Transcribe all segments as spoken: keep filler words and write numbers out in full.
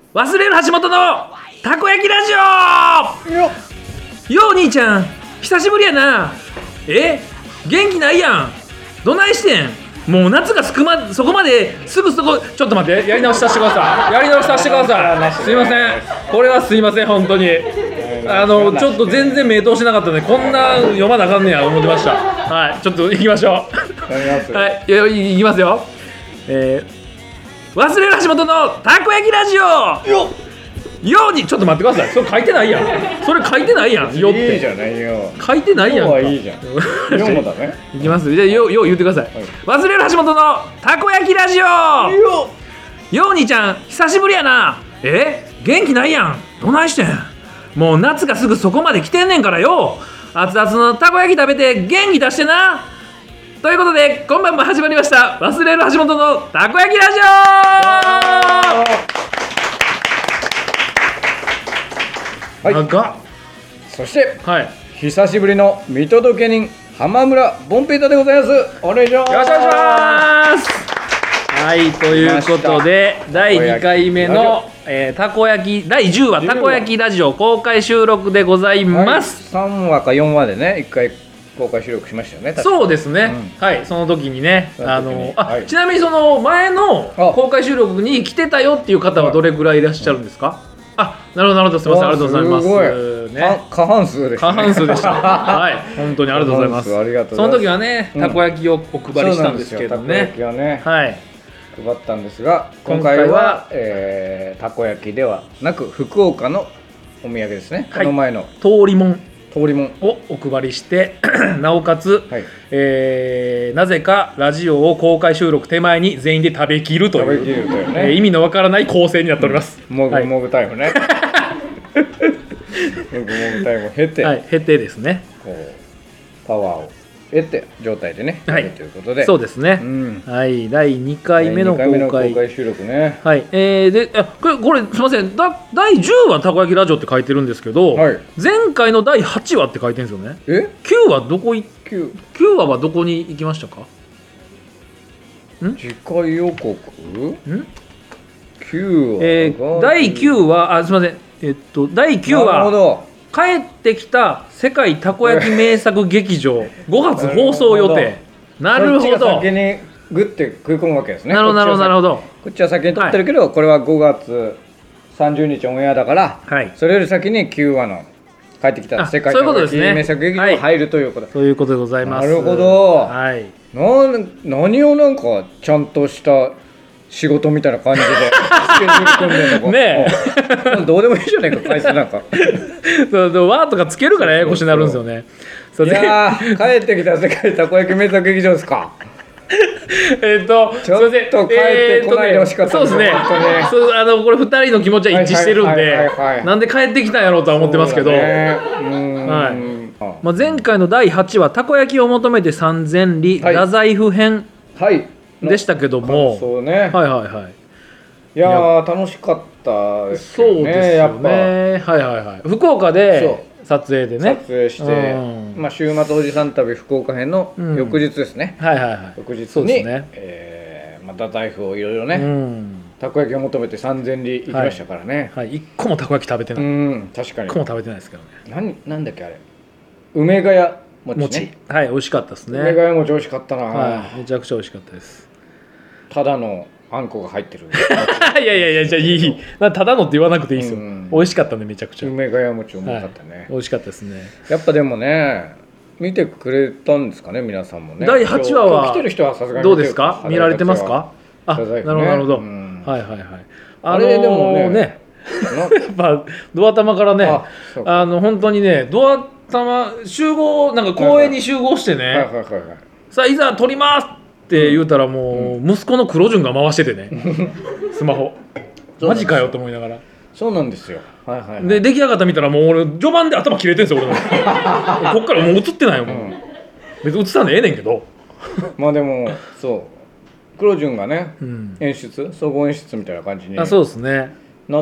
忘れる橋本のたこ焼きラジオよよお兄ちゃん久しぶりやな。え元気ないやん。どないしてん。もう夏がすくまそこまですぐそこちょっと待ってやり直しさせてくださいやり直しさせてくださいすいませんこれはすいません本当にあのちょっと全然目通してなかったのでこんな読まなあかんねや思ってました。はいちょっと行きましょうはいいやいきますよ。えー、忘れる橋本のたこ焼きラジオよようにちょっと待ってくださいそれ書いてないやんそれ書いてないやんよっていいじゃないよ書いてないやんかはいいじゃんよもだねいきますじゃあよよう言ってください、はい、忘れる橋本のたこ焼きラジオよよう兄ちゃん久しぶりやな。え元気ないやん。どないしてん。もう夏がすぐそこまで来てんねんからよ熱々のたこ焼き食べて元気出してな。ということで今晩も始まりました忘れる橋本のたこ焼きラジオはい、 長っ。 そして、 はい、 久しぶりの見届け人浜村ボンペータでございます。お願いします。 よろしくお願いしますはいということでだいにかいめのえー、たこ焼きだいじゅうわたこ焼きラジオ公開収録でございます、 はい、さんわかよんわでねいっかい公開収録しましたよね。 そうですね、うん、はいその時にねあのあ、はい、ちなみにその前の公開収録に来てたよっていう方はどれぐらいいらっしゃるんですか。あ、なるほどなるほどすみませんありがとうございます。すごいね、過半数です、ね、 過半数でしたはい本当にありがとうございます。 ありがとうございます。 その時はねたこ焼きをお配りしたんですけどね、 たこ焼きをね、 はい配ったんですが今回は、今回はえー、たこ焼きではなく福岡のお土産ですね、はい、この前の通りもん通りもんをお配りしてなおかつ、はいえー、なぜかラジオを公開収録手前に全員で食べきるという、 食べきるというね、 えー、意味のわからない構成になっております、 うん、もぐもぐタイムねもぐもぐタイムを経て、 はい、経てですねこうパワーを得て状態でね、 はい、 ということでそうですね、 うん、 はいだいにかいめの公開、 公開収録ねはいえー、であこれこれすみませんだだいじゅうわたこ焼きラジオって書いてるんですけど、はい、前回のだいはちわって書いてるんですよね。 えきゅうわどこい 9, きゅうわはどこに行きましたか。 ん次回予告んきゅうわ、 えー、だいきゅうわあすみませんえっとだいきゅうわなるほど帰ってきた世界たこ焼き名作劇場ごがつ放送予定。なるほど。 こっちが先にグッて食い込むわけですね。 なるほどなるほどなるほど。 こっちは先に撮ってるけど、はい、これはごがつさんじゅうにちオンエアだから、はい、それより先にきゅうわの帰ってきた世界たこ焼き名作劇場が入るということということでございます。 なるほど。 はい。 な何をなんかちゃんとした仕事みたいな感じでスケジュール組んでるのかねえどうでもいいじゃないか回数なんかそうワーとかつけるからややこしになるんですよね。 そうそういやー帰ってきた世界たこ焼き名作劇場ですかえっとちょっと帰ってこないでほしかった、 えー、そうですねそうあのこれふたりの気持ちは一致してるんでなんで帰ってきたんやろうとは思ってますけど、ねうんはいまあ、前回のだいはちわたこ焼きを求めて三千里、はい、太宰府編、はいでしたけども、 そうね、 はいはいはい。 いやー楽しかったですよね。そうですよね。はいはいはい。福岡で撮影でね。 撮影して、うん、まあ週末おじさん旅福岡編の翌日ですね。 うん、はいはいはい。 翌日にそうですね。 えー、まあ太宰府をいろいろね、うん、たこ焼きを求めて三千里行きましたからね。 はい。一、はい、個もたこ焼き食べてない。 うん、確かに。 一個も食べてないですけどね。 なんなんだっけあれ。梅ヶ谷餅ね。 はい美味しかったですね。 梅ヶ谷餅美味しかったな。 はい。めちゃくちゃ美味しかったです。 ただのあんこが入ってるいやいやいやじゃあいいただのって言わなくていいですよ、うん、美味しかったねめちゃくちゃ梅ヶ谷餅うまかったね、 はい、美味しかったですね。 やっぱでもね見てくれたんですかね皆さんもね。 だいはちわは来てる人はさすがにどうですか見られてますか。あ、ね、なるほどなるほど、うん、はいはいはいあのー、あれでもねねやっぱドア玉からね あ, あの本当にねドア玉集合なんか公園に集合してね、はいはいはいはい、さあいざ撮りますって言うたらもう息子の黒潤が回しててねスマホマジかよと思いながらそうなんですよ、はいはいはい、 で出来上がった見たらもう俺序盤で頭切れてんすよ俺のこっからもう映ってないよもう、うん、別に映ったんでええねんけどまあでもそう黒潤がね、うん、演出総合演出みたいな感じにあそうですねなって、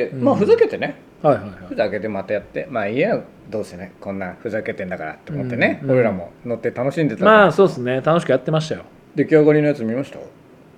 うん、まあふざけてね、 はいはいはい、 ふざけてまたやってまあいいやどうせねこんなふざけてんだからって思ってね、うんうん、俺らも乗って楽しんでた。 まあそうですね楽しくやってましたよ。 出来上がりのやつ見ました？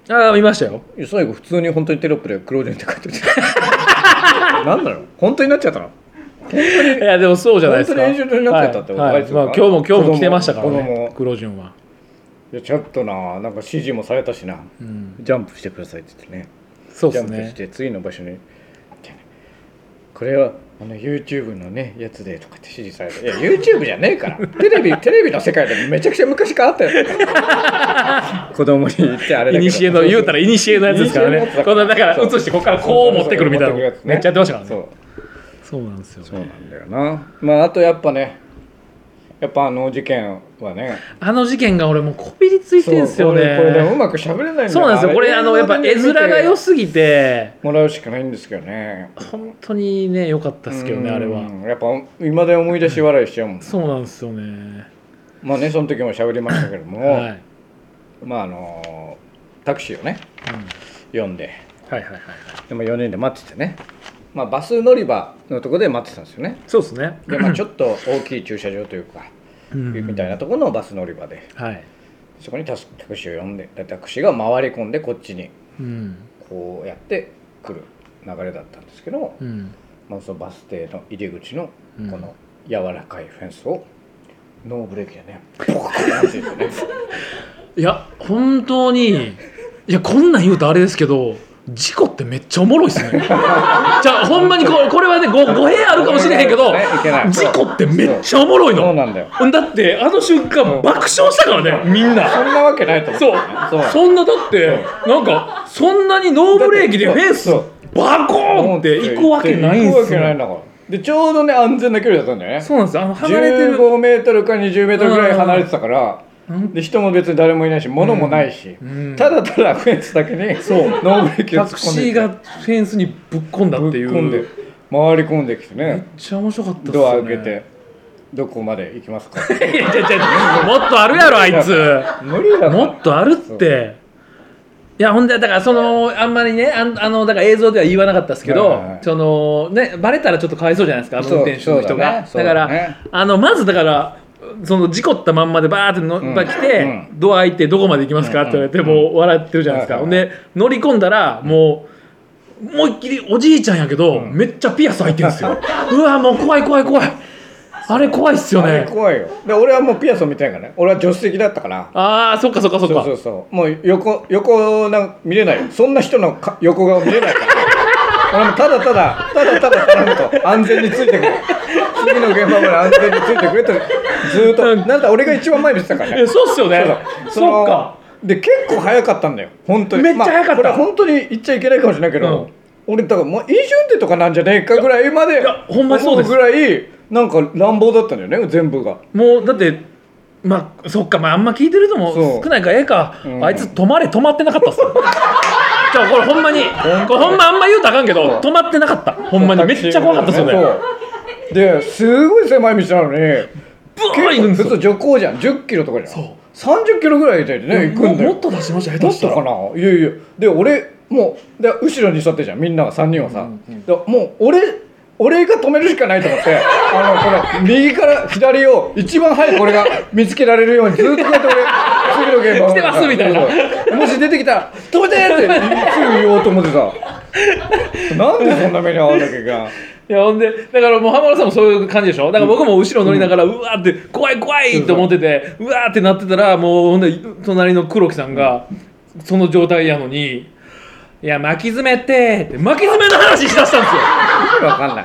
ああ見ましたよ。 最後普通に本当にテロップでクロージンって書いててなんだろう本当になっちゃったの。 いやでもそうじゃないですか。 本当に演習になっちゃったって、 はいはい、まあ、今日も今日も来てましたからねクロージンは。 いやちょっとななんか指示もされたしな、うん、ジャンプしてくださいって言ってね。 そうですね。 ジャンプして次の場所にこれはあの YouTube のねやつでとかって指示されて、いや YouTube じゃねえからテレビテレビの世界でめちゃくちゃ昔からあったやつだから子供に言ってあれだけど、 イニシエの言うたらイニシエのやつですからね。このだから映してここからこう持ってくるみたいなのめっちゃやってましたからね。そうそうなんですよ、ね、 そうなんだよな。まああとやっぱねやっぱあの事件はね、 あの事件が俺もうこびりついてるんですよね。 これでもうまく喋れないんだよ。 そうなんですよ。これあのやっぱ絵面が良すぎてもらうしかないんですけどね。 本当にね良かったですけどねあれは。 やっぱ今で思い出し笑いしちゃうもん、 うん、そうなんですよね。 まあねその時も喋りましたけども、はい、まああのタクシーをね、うん、呼んで、はいはいはいはい、でもよにんで待っててね。まあ、バス乗り場のところで待ってたんですよね。 そうですね。 で、まあ、ちょっと大きい駐車場というかみたいなところのバス乗り場で、はい、そこにタクシーを呼んでタクシーが回り込んでこっちにこうやって来る流れだったんですけど、うん、まあ、そのバス停の入り口のこの柔らかいフェンスをノーブレーキでねポコッてねいや本当にいやこんなん言うとあれですけど事故ってめっちゃおもろいっすねじゃあほんまに こ, これはねご語弊あるかもしれへんけど、ね、事故ってめっちゃおもろいの。 そうなんだよ。 だってあの瞬間爆笑したからねみんな。 そんなわけないと思う。 そうそうそんなだってなんかそんなにノーブレーキでフェンスバコーンって行くわけないんすよ。 でちょうどね安全な距離だったんだよね。 そうなんですよ。あの離れてるじゅうごメートルかにじゅうメートルぐらい離れてたから、で人も別に誰もいないし物もないし、うんうん、ただただフェンスだけにそうノーブレーキを突っ込んでタクシーがフェンスにぶっ込んだっていうぶっ込んで回り込んできてね。 めっちゃ面白かったっすね。 ドア開けてどこまで行きますかいやいやいやもっとあるやろあいつ無理だもっとあるって。いやほんでだからそのあんまりね あ, あのだから映像では言わなかったですけど、はいはい、そのねバレたらちょっとかわいそうじゃないですかあの運転手の人が。 だ,、ね、だ, だから、ね、あのまずだからその事故ったまんまでバーっての、うん、来て、うん、ドア開いてどこまで行きますかって言われて、うん、もう笑ってるじゃないですか、うん、で乗り込んだらもう思いっきりおじいちゃんやけど、うん、めっちゃピアス開いてるんですようわもう怖い怖い怖いあれ怖いっすよね。 あれ怖いよ。で俺はもうピアスを見たいからね。俺は助手席だったから。 ああそっかそっかそっか。 そうそうそうもう横横なん見れないよ。そんな人のか横顔見れないから俺もただただただただ頼むと安全についてくれ次の現場まで安全についてくれとずーっと、うん、なんだ俺が一番前に見てたからね。 そうっすよね。そ, そっかで結構早かったんだよ本当に。 めっちゃ早かった、 まあ、これ本当に言っちゃいけないかもしれないけど、うん、俺だからもう飲酒運転とかなんじゃねえかぐらいまでほんまそうですぐらいなんか乱暴だったんだよね全部が。 もうだってまあそっかまああんま聞いてる人も少ないからええか、うん、あいつ止まれ止まってなかったっすじゃあこれほんまにこれほんまあんま言うとあかんけど止まってなかったほんまにめっちゃ怖かったっすよね。 ですごい狭い道なのにブワー行くんですよ。 普通徐行じゃんじゅっキロとかじゃん。そうさんじゅっキロぐらいでね行くんだよ。 もっと出しました下手したら。 もっとかな。いやいやで俺もうで後ろに座ってじゃんみんながさんにんはさ、うんうんうん、でもう俺俺が止めるしかないと思ってあのこの右から左を一番早く俺が見つけられるようにずっとこうやって俺次の現場来てますみたいなもし出てきたら止めてってすぐ言おうと思ってさなんでそんな目に遭わなきゃいけない。 いやほんでだからもう浜田さんもそういう感じでしょ。だから僕も後ろ乗りながら、うん、うわーって怖い怖いと思ってて、うん、うわーってなってたらもうほんで隣の黒木さんがその状態やのにいや巻き爪ってって巻き爪の話しだしたんですよ。 わかんない。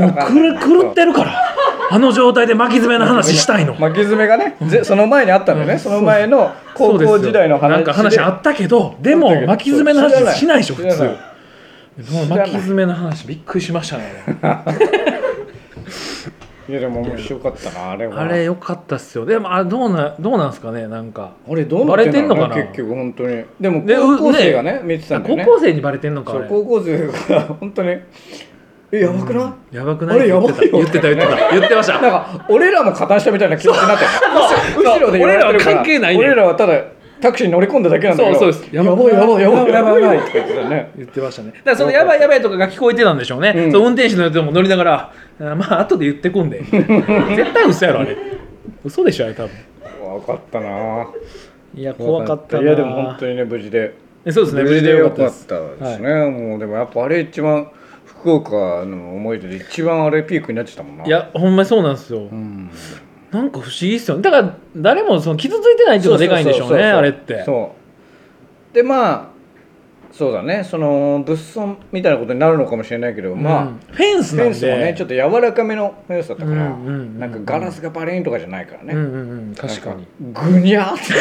もうくる狂ってるからあの状態で巻き爪の話したいの。 巻き爪がね、うん、その前にあったんだよね、うん、その前の高校時代の話でなんか話あったけどでも巻き爪の話しないでしょ普通。巻き爪の話びっくりしましたねいやでも面白かったなあれは。 あれ良かったっすよ。でもあれどうなどうなんですかねなんかあれどうなってんのかな結局本当に。でも高校生がね見てたんだよね。 高校生にバレてんのか。 そう高校生が本当にえやばくない、うん、 やばくない。 あれやばいよ言ってた言ってた言ってました。 なんか俺らも加担したみたいな気持ちになってる後ろで言われてるから。 俺らは関係ないね。 俺らはただタクシーに乗り込んだだけなんだけど。 そうそうです。 やばいやばいやばいやばいやばいって言ってたね。 言ってましたね。だからそのやばいやばいとかが聞こえてたんでしょうね。うん、その運転手のやつも乗りながらまあ後で言ってこんで絶対嘘やろあれ。嘘でしょあれ多分。 怖かったな。 いや怖かったな。 いやでも本当にね無事で。 いそうですね、 無事でよかったですね、はい、もうでもやっぱあれ一番福岡の思い出で一番あれピークになってたもんな。 いやほんまにそうなんですよ、うん、なんか不思議っすよね。だから誰もその傷ついてないっていうのがでかいんでしょうね、あれって。 そうでまあそうだね、その物損みたいなことになるのかもしれないけど、うん、まあフェンスなんでフェンスもねちょっと柔らかめのフェンスだったから、うんうんうんうん、なんかガラスがバレンとかじゃないからね、 うんうんうん、確かにグニャーって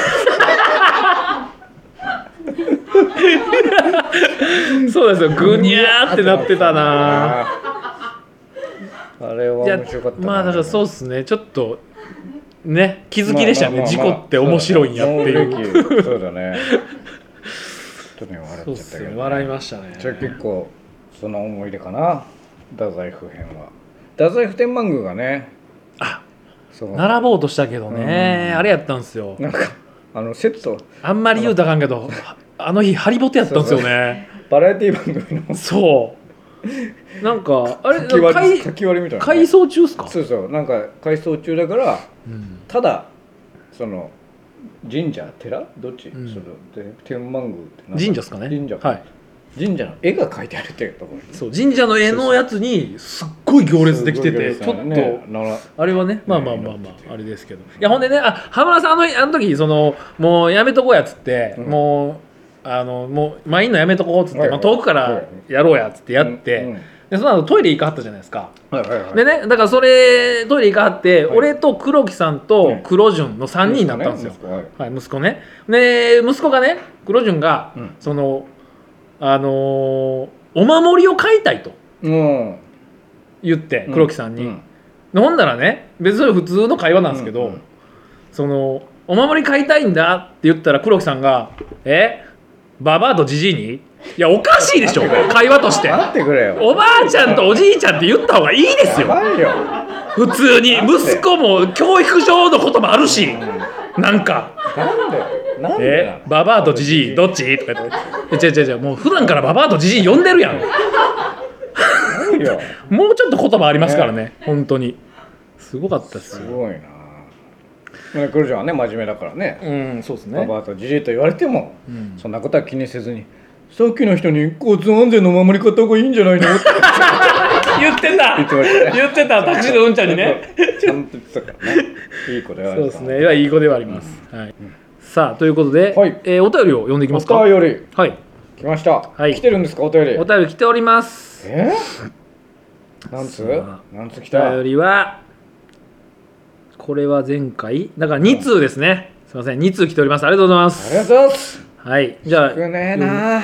そうですよ、グニャーってなってたなあれは面白かったな。 まあだからそうっすね、ちょっとね気づきでしたね、まあまあまあまあ、事故って面白いんやっていう。 そうだねちょっとね笑っちゃったけど、ね、 笑いましたね。 それ結構その思い出かな、太宰府編は。太宰府天満宮がね、 あそう並ぼうとしたけどね、あれやったんですよ。 なんかあのセットあんまり言うたらあかんけど、あの日ハリボテやったんですよね。 バラエティ番組のそうなんかあれ書き割り、書き割りみたいな、ね、 改装中っすか。 そうそう、なんか改装中だから、うん、ただその神社寺どっち、うん、その天満宮って神社ですかね。 神社、 はい、 神社の絵が描いてあるってところ、 そう神社の絵のやつにすっごい行列できてて、ちょっとあれはね、まあまあまあまああれですけど、いやほんでね、あ浜田さんあのあの時そのもうやめとこうやっつって、うん、もうあのもう満員のやめとこうっつって、はいはい、まあ、遠くからやろうやっつってやって、うんうん、でその後トイレ行かはったじゃないですか、はいはいはい、でねだからそれトイレ行かはって、はい、俺と黒木さんと黒潤のさんにんになったんですよ、息子ね、息子、はいはい、息子ね。で息子がね、黒潤が、うん、そのあのー、お守りを買いたいと言って黒木さんに、うんうん、ほんだらね別に普通の会話なんですけど、うんうん、そのお守り買いたいんだって言ったら黒木さんがえババアとジジイに、いやおかしいでしょ会話として。 待ってくれよ、 おばあちゃんとおじいちゃんって言った方がいいですよ普通に。息子も教育上のこともあるし、なんかなんでなんでえババアとジジイどっちとか言って、違う違う違う、もう普段からババアとジジイ呼んでるやんもうちょっと言葉ありますからね、ね、本当にすごかったですよ。 すごいな。クルジョンはね真面目だからね、 うん、そうですね、 ババアとジジイと言われても、うん、そんなことは気にせずに、さっきの人に交通安全の守り方がいいんじゃないのって言ってた言ってましたね、言ってたタクシーのうんちゃんにねちゃんと言ってたからね、いい子ではある。 そうですね、いい子ではあります、うん、はい、うん、さあということで、はい、えー、お便りを読んでいきますか。 お便り、 はい、 来ました、はい、来てるんですか。お便り、 お便り来ております。 えー、何通何通来た。 お便りはこれは前回だからに通ですね、うん、すいませんに通来ております。ありがとうございます。 ありがとうございます。 はい、じゃあ少ねえな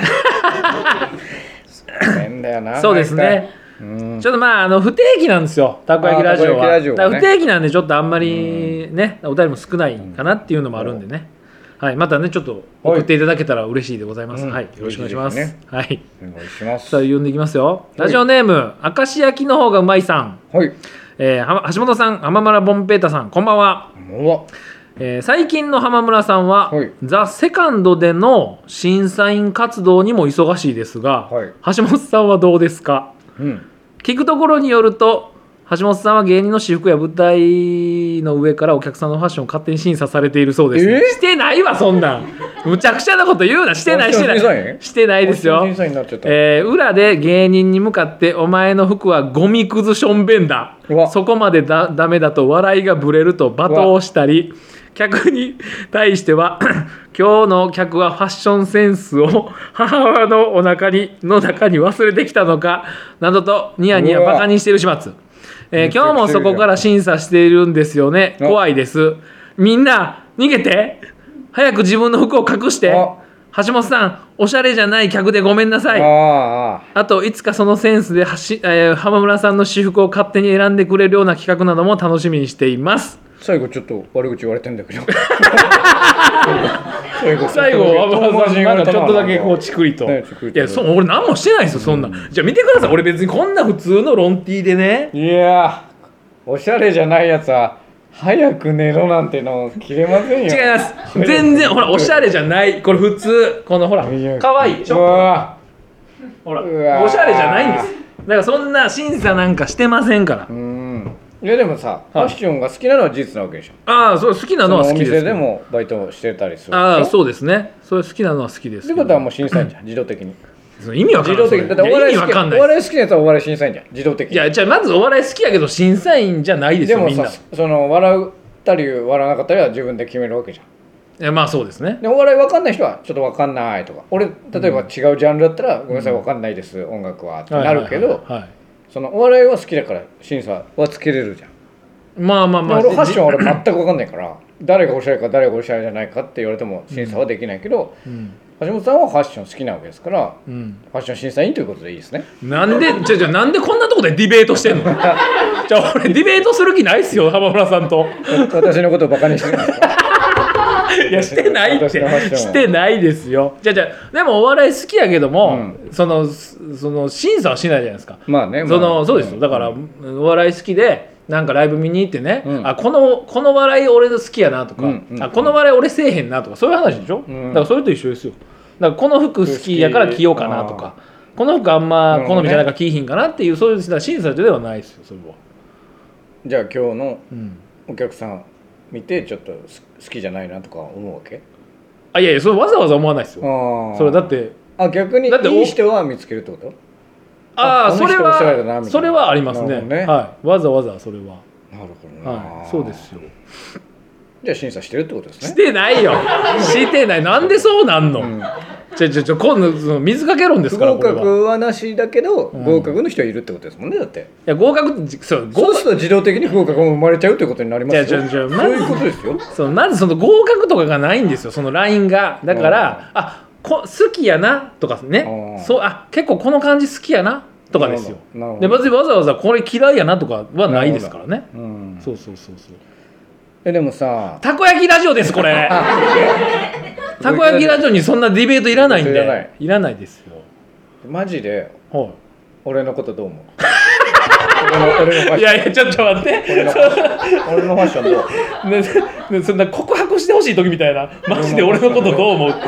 少ねえんだよなそうですね、うん、ちょっとまああの不定期なんですよ、たこ焼きラジオは。ラジオ、ね、だから不定期なんでちょっとあんまりね、うん、お便りも少ないかなっていうのもあるんでね、はい、またねちょっと送っていただけたら嬉しいでございます、はい、はい、よろしくお願いします、ね、はい、 お願いします。 さあ読んでいきますよ。ラジオネーム明石焼きの方がうまいさん、 はい、 えー、橋本さん、浜村ボンペータさん、こんばんは。 こんばんは。 えー、最近の浜村さんは、はい、ザ・セカンドでの審査員活動にも忙しいですが、はい、橋本さんはどうですか。うん、聞くところによると橋本さんは芸人の私服や舞台の上からお客さんのファッションを勝手に審査されているそうです、ね、えー、してないわそんなんむちゃくちゃなこと言うな。してないしてないしてないですよ、えー、裏で芸人に向かってお前の服はゴミくずしょんべんだ、そこまでだダメだと笑いがブレると罵倒したり、客に対しては今日の客はファッションセンスを母親のお腹にの中に忘れてきたのかなどとニヤニヤバカにしている始末、えー、今日もそこから審査しているんですよね。怖いです。みんな逃げて、早く自分の服を隠して。橋本さんおしゃれじゃない客でごめんなさい。 あ, あといつかそのセンスではし、えー、浜村さんの私服を勝手に選んでくれるような企画なども楽しみにしています。 最後ちょっと悪口言われてんだけど最後浜村さんなんかちょっとだけこうチクリと、ね、チクリといやそ俺何もしてないですよそんな、うん、じゃあ見てください、俺別にこんな普通のロンティーでね。 いやおしゃれじゃないやつは早く寝ろなんての切れませんよ。 違います、全然ほらおしゃれじゃない、これ普通、このほらかわいいでしょ、ほらおしゃれじゃないんです。だからそんな審査なんかしてませんから。うんいやでもさ、ファッションが好きなのは事実なわけでしょ。 ああ、そう好きなのは好きです。 お店でもバイトしてたりする。 ああ、そうですね。それ好きなのは好きです。 ってことはもう審査員じゃん、自動的に。 その意味わかんない。 自動的に。だってお笑い好き、お笑い好きなやつはお笑い審査員じゃん、自動的に。 いや、じゃあまずお笑い好きやけど審査員じゃないですよ。 でもみんなさ、その笑ったり笑わなかったりは自分で決めるわけじゃん。 いや、まあそうですね。 でお笑いわかんない人はちょっとわかんないとか、俺例えば違うジャンルだったら、うん、ごめんなさいわかんないです、音楽はってなるけど、そのお笑いは好きだから審査はつけれるじゃん。 まあまあまあ、 俺ファッションは俺全く分かんないから誰がおしゃれか誰がおしゃれじゃないかって言われても審査はできないけど、うんうん、橋本さんはファッション好きなわけですから、うん、ファッション審査員ということでいいですね。なんでじゃじゃなんでこんなとこでディベートしてんのじゃあ俺ディベートする気ないっすよ、浜村さんと。 私のことをバカにしてるんですかいやしてないってしてないですよ。じゃじゃでもお笑い好きやけども、うん、そのその審査はしないじゃないですか。 まあね、 その、まあ、そうですよ。だから、うん、お笑い好きでなんかライブ見に行ってね、うん、あこのこの笑い俺好きやなとか、うんうん、あこの笑い俺せえへんなとかそういう話でしょ、うん、だからそれと一緒ですよ。だからこの服好きやから着ようかなとか、この服あんま好みじゃないから着いひんかなっていう、そういう審査ではないですよ、それは。 じゃあ今日のお客さん見てちょっと好きじゃないなとか思うわけ？ あ、いやいや、それわざわざ思わないですよ。それだってあ逆にいい人は見つけるってこと？ ああ、それはそれはありますね。ね、はい、わざわざそれは。 なるほどな、 はい、そうですよ。 じゃあ審査してるってことですね。 してないよ。してない。なんでそうなんの？うん、ちょちょちょ今度その水かけ論ですから。 不合格はなしだけど、うん、合格の人はいるってことですもんね。だって。いや合格そうそうすると自動的に不合格も生まれちゃうということになりますよ。じゃじゃじゃそういうことですよ。 そうまずその合格とかがないんですよ。そのラインがだからあこ好きやなとかね。そうあ結構この感じ好きやな。とかですよ。で別にわざわざこれ嫌いやなとかはないですからね。うん、そうそうそうそう。 えでもさ、 たこ焼きラジオですこれ。たこ焼きラジオにそんなディベートいらないんで。いらない。いらないですよ。 マジで。はい。俺のことどう思う？ 俺のいやいやちょっと待って。 俺のファッションどう？ねねそんな告白してほしい時みたいな。マジで俺のことどう思うって。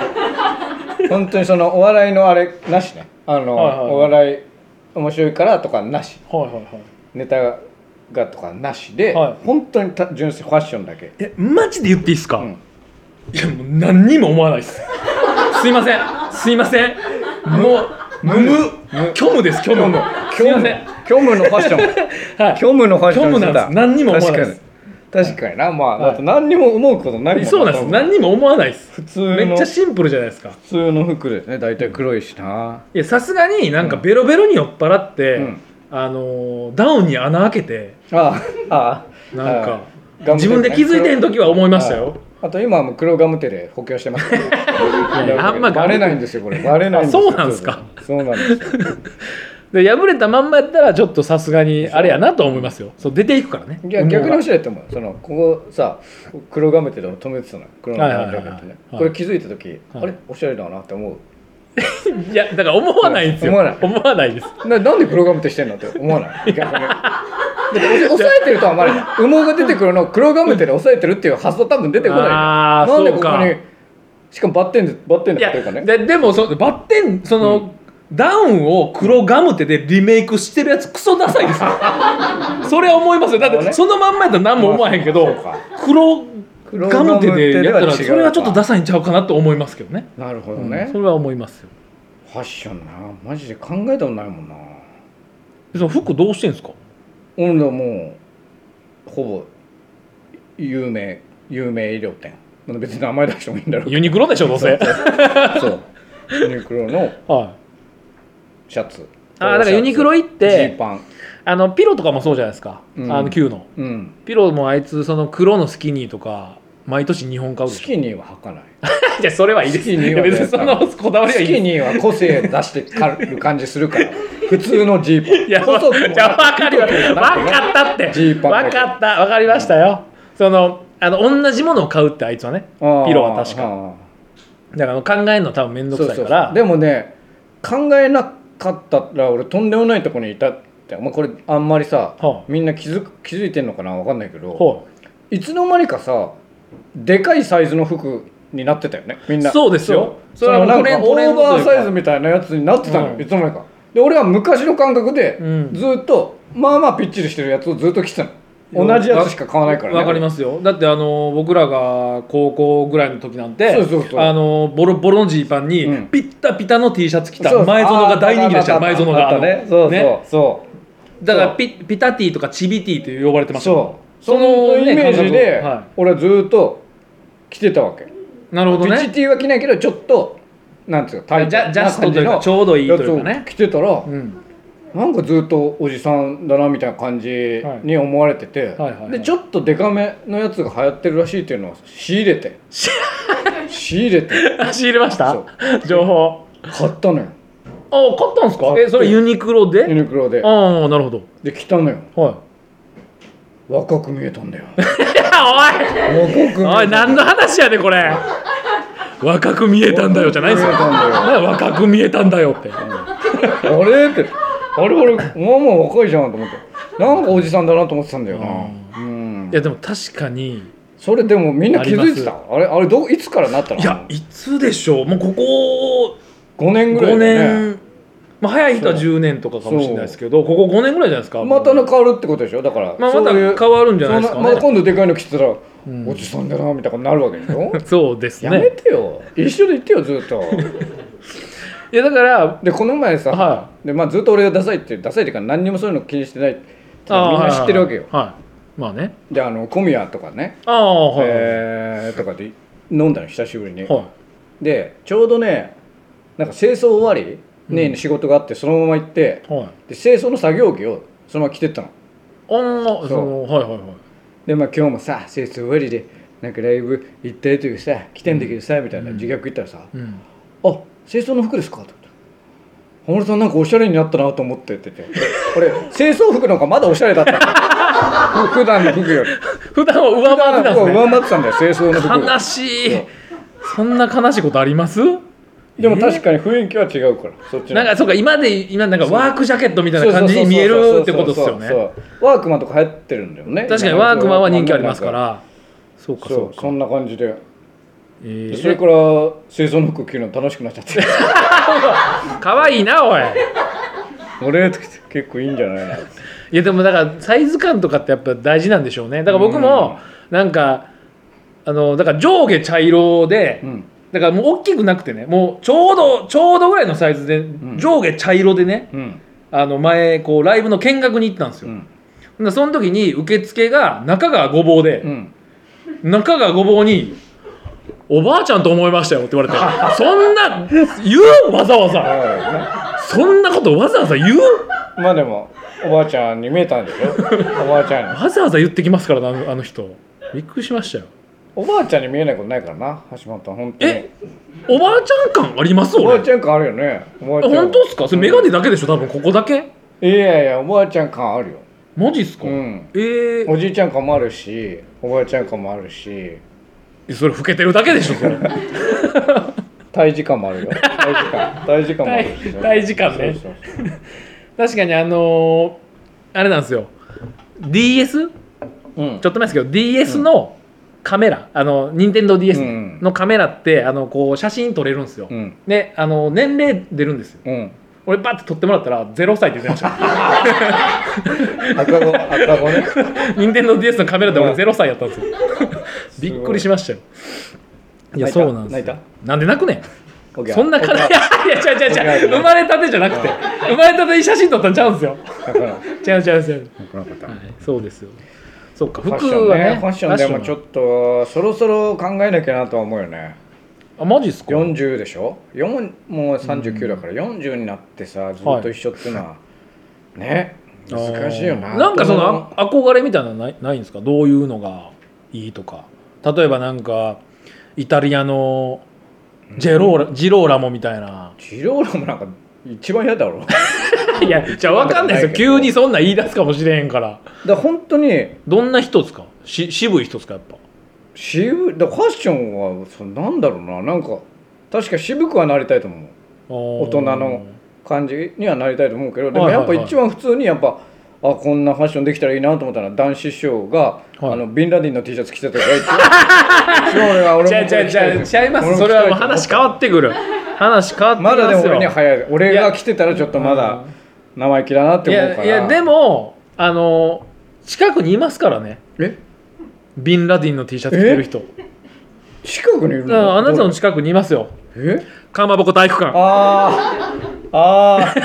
本当にそのお笑いのあれなしね。あの、はいはいはい、お笑い面白いからとかなし、はいはいはい、ネタがとかなしで、はい、本当に純粋ファッションだけ。 えマジで言っていいですか？うん、いやもう何にも思わないです。すいませんすいませんもう無無虚無です虚無の虚無虚無のファッション、はい、虚無のファッション虚無なんです。何にも思わないです。 確かにな、まあ、はい、だって何にも思うことないもん。 そうなんです。何にも思わないです。普通のめっちゃシンプルじゃないですか。 普通の服ですね。大体黒いしな。 いやさすがになんかベロベロに酔っ払って、うん、あのダウンに穴開けて、ああなんかあ自分で気づいてん時は思いましたよ。 あと今はもう黒ガム手で補強してます。あんまバレないんですよこれ。バレないんですよ。 そうなんですか。 そうなんですよ。 で破れたまんまやったらちょっとさすがにあれやなと思いますよ。そう出ていくからね。 いや逆に欲しいやって思う。そのここさ黒ガム手で止めてたの。黒ガム手でね。これ気づいた時、はい、あれおしゃれだなって思う。 いやだから思わないんですよ。思わない。思わないです。 な, なんで黒ガム手してんのって思わない。逆に。押さえてるとは思わない。羽毛が出てくるのを黒ガム手で押さえてるっていう発想多分出てこない。ああなんでここにしかもバッテンでバッテンでっていうかね。 ででもそバッテンその。うんダウンを黒ガム手でリメイクしてるやつクソダサいですよ。それは思いますよ。だってそのまんまやったら何も思わへんけど、黒ガム手でやったらそれはちょっとダサいんちゃうかなと思いますけどね。 なるほどね、 うん、それは思いますよ。 ファッションなマジで考えたことないもんな。 その服どうしてんすか？ 俺はもうほぼ有名有名衣料店、別に名前出してもいいんだろう。 ユニクロでしょどうせ。 そうユニクロのはいシャツ。 あだからユニクロ行ってジーパンあのピロとかもそうじゃないですか、うん、あの Q の、うん、ピロもあいつその黒のスキニーとか毎年にほん買うでしょ。 スキニーは履かない。 じゃそれはいいです。スキニーは別にそのこだわりはいいです。 スキニーは個性出してる感じするから普通のジーパン。いや分かりました分かったってジーパン分かった分かりましたよ。そのあの同じものを買うってあいつはねピロは確かだから考えるの多分めんどくさいから。そうそうそうでもね考えなかったら俺とんでもないとこにいたって、まあ、これあんまりさ、はあ、みんな気づく気づいてんのかな分かんないけど、はあ、いつの間にかさでかいサイズの服になってたよねみんな。 そうですよ。 それはなんかオーバーサイズみたいなやつになってたのよ、うん、いつの間にか。で俺は昔の感覚でずっと、うん、まあまあぴっちりしてるやつをずっと着てたの。 同じやつしか買わないからね。 わかりますよ。だってあの僕らが高校ぐらいの時なんて、 そうそうそう、 あのボロボロのジーパンに、うん、ピッタピタの T シャツ着た前園が大人気でしたよ。前園があのね、そうそうそう、 だからピピタティとかチビティと呼ばれてましたよ。そう、そのイメージで、はい、俺はずっと着てたわけ。 なるほどね。 ピチティは着ないけどちょっとなんつうかジャジャストというかちょうどいいというかね。 着てたら、うん、なんかずっとおじさんだなみたいな感じに思われてて、でちょっとデカめのやつが流行ってるらしいっていうのを仕入れて仕入れて仕入れました。情報買ったのよ。 ああ買ったんですか。えそれユニクロで。 ユニクロで。 ああなるほど。 で着たのよ。 はい。 若く見えたんだよ。 おいおい何の話やねこれ。若く見えたんだよじゃないですよ。若く見えたんだよって。 あれってあれ俺まあまあ若いじゃんと思って、なんかおじさんだなと思ってたんだよな。 うん、いやでも確かにそれでもみんな気づいてた。あ, あれあれどいつからなったの。 いやいつでしょう。もうここごねんぐらいだね。 ごねん、まあ、早い人はじゅうねんとかかもしれないですけど、ここごねんぐらいじゃないですか。 また変わるってことでしょ。だから、 まあ、また変わるんじゃないですかね。 まあ、今度でかいの着てたら、うん、おじさんだなみたいなことになるわけでしょ。 そうですね。 やめてよ、一緒で言ってよずっと。 いやだからでこの前さ、はい、でまあ、ずっと俺がダサいってダサいっていうか何にもそういうの気にしてないってみんな知ってるわけよ。 はいはいはい、まあね。 であの小宮とかね、 あ、はいはい、 えー、とかで飲んだの久しぶりに。 はい、 でちょうどねなんか清掃終わりね、うん、仕事があってそのまま行って、はい、で清掃の作業着をそのまま着てったの。 ああ、そのはいはいはい。 でまあ今日もさ清掃終わりでなんかライブ行ったりというさ来てんだけどさ、うん、みたいな自虐言ったらさ、うん、あ清掃の服ですかって言った。浜田さんなんかおしゃれになったなと思ってって言って、これ清掃服の方がまだおしゃれだった普段の服より普段は上回ってたんですね。 上回ってたんだよ清掃の服。 悲しい。 そ, そんな悲しいことあります？ でも確かに雰囲気は違うから、そっちのなんかそうか今で今なんかワークジャケットみたいな感じに見えるってことですよね。 ワークマンとか流行ってるんだよね。 確かにワークマンは人気ありますから。そうかそうか。 そんな感じで、えー、それから清掃の服着るの楽しくなっちゃって可愛いなおい俺結構いいんじゃないな。いやでもだからサイズ感とかってやっぱ大事なんでしょうね。だから僕もなんかあのだから上下茶色で、うん、だからもう大きくなくてね、もうちょうどちょうどぐらいのサイズで、うん、上下茶色でね、うん、あの前こうライブの見学に行ったんですよ。うん、その時に受付が中川ごぼうで、うん、中川ごぼうにおばあちゃんと思いましたよって言われてそんな言うわざわざそんなことわざわざ言う。 まあでもおばあちゃんに見えたんでしょおばあちゃんにわざわざ言ってきますからな、あの人びっくりしましたよ。 おばあちゃんに見えないことないからな橋本は。本当にえおばあちゃん感あります？ おばあちゃん感あるよね。 本当ですか？それメガネだけでしょ多分ここだけ。 いやいやおばあちゃん感あるよ。 マジっすか？ うん、 えー、 おじいちゃん感もあるしおばあちゃん感もあるし。 それ老けてるだけでしょそれ体時間もあるよ。体時間体時間もあるし、ね、 体時間ね。そうそうそう確かにあのー、あれなんですよ ディーエス、うん、ちょっと前ですけど ディーエス のカメラ、うん、あの任天堂 ディーエス のカメラってあのこう写真撮れるんですよ、うん、であの年齢出るんですよ、うん、俺バッて撮ってもらったらゼロさいって出ました赤子赤子ね任天堂 ディーエス のカメラで俺ゼロさいやったんですよびっくりしましたよ。いやそうなんですよ。なんで泣くねん。そんな悲しい。いや違う違う違う。生まれたてじゃなくて生まれたてに写真撮ったんちゃうんですよ。違う違う違う。そうですよ。そうか服はね。 ファッションでもちょっとそろそろ考えなきゃなとは思うよね。 あマジっすか？ よんじゅうでしょ。よんもうさんじゅうきゅうだからよんじゅうになってさずっと一緒っていうのはね難しいよな。 なんかその憧れみたいなのないないんですか？どういうのがいいとか。例えばなんかイタリアのジェローラ、うん、ジローラモみたいな。 ジローラモなんか一番嫌だろいやじゃあ分かんないですよ急にそんな言い出すかもしれへんから。 だから本当にどんな人ですか？し渋い人ですか？やっぱ渋いだファッションはそなんだろうな、なんか確か渋くはなりたいと思う。大人の感じにはなりたいと思うけど、でもやっぱ一番普通にやっぱあこんなファッションできたらいいなと思ったら男子師匠が、はい、あのビンラディンの T シャツ着てたから一番俺は俺もじゃあじゃあじゃあちゃいます。それはもう話変わってくる話変わってきますよ。 まだでも俺には早い。俺が着てたらちょっとまだ生意気だなって思うから。 いやいやでもあの近くにいますからね。 えビンラディンの T シャツ着てる人。 近くにいるの？ あ、あなたの近くにいますよ。 えかまぼこ体育館。 ああああ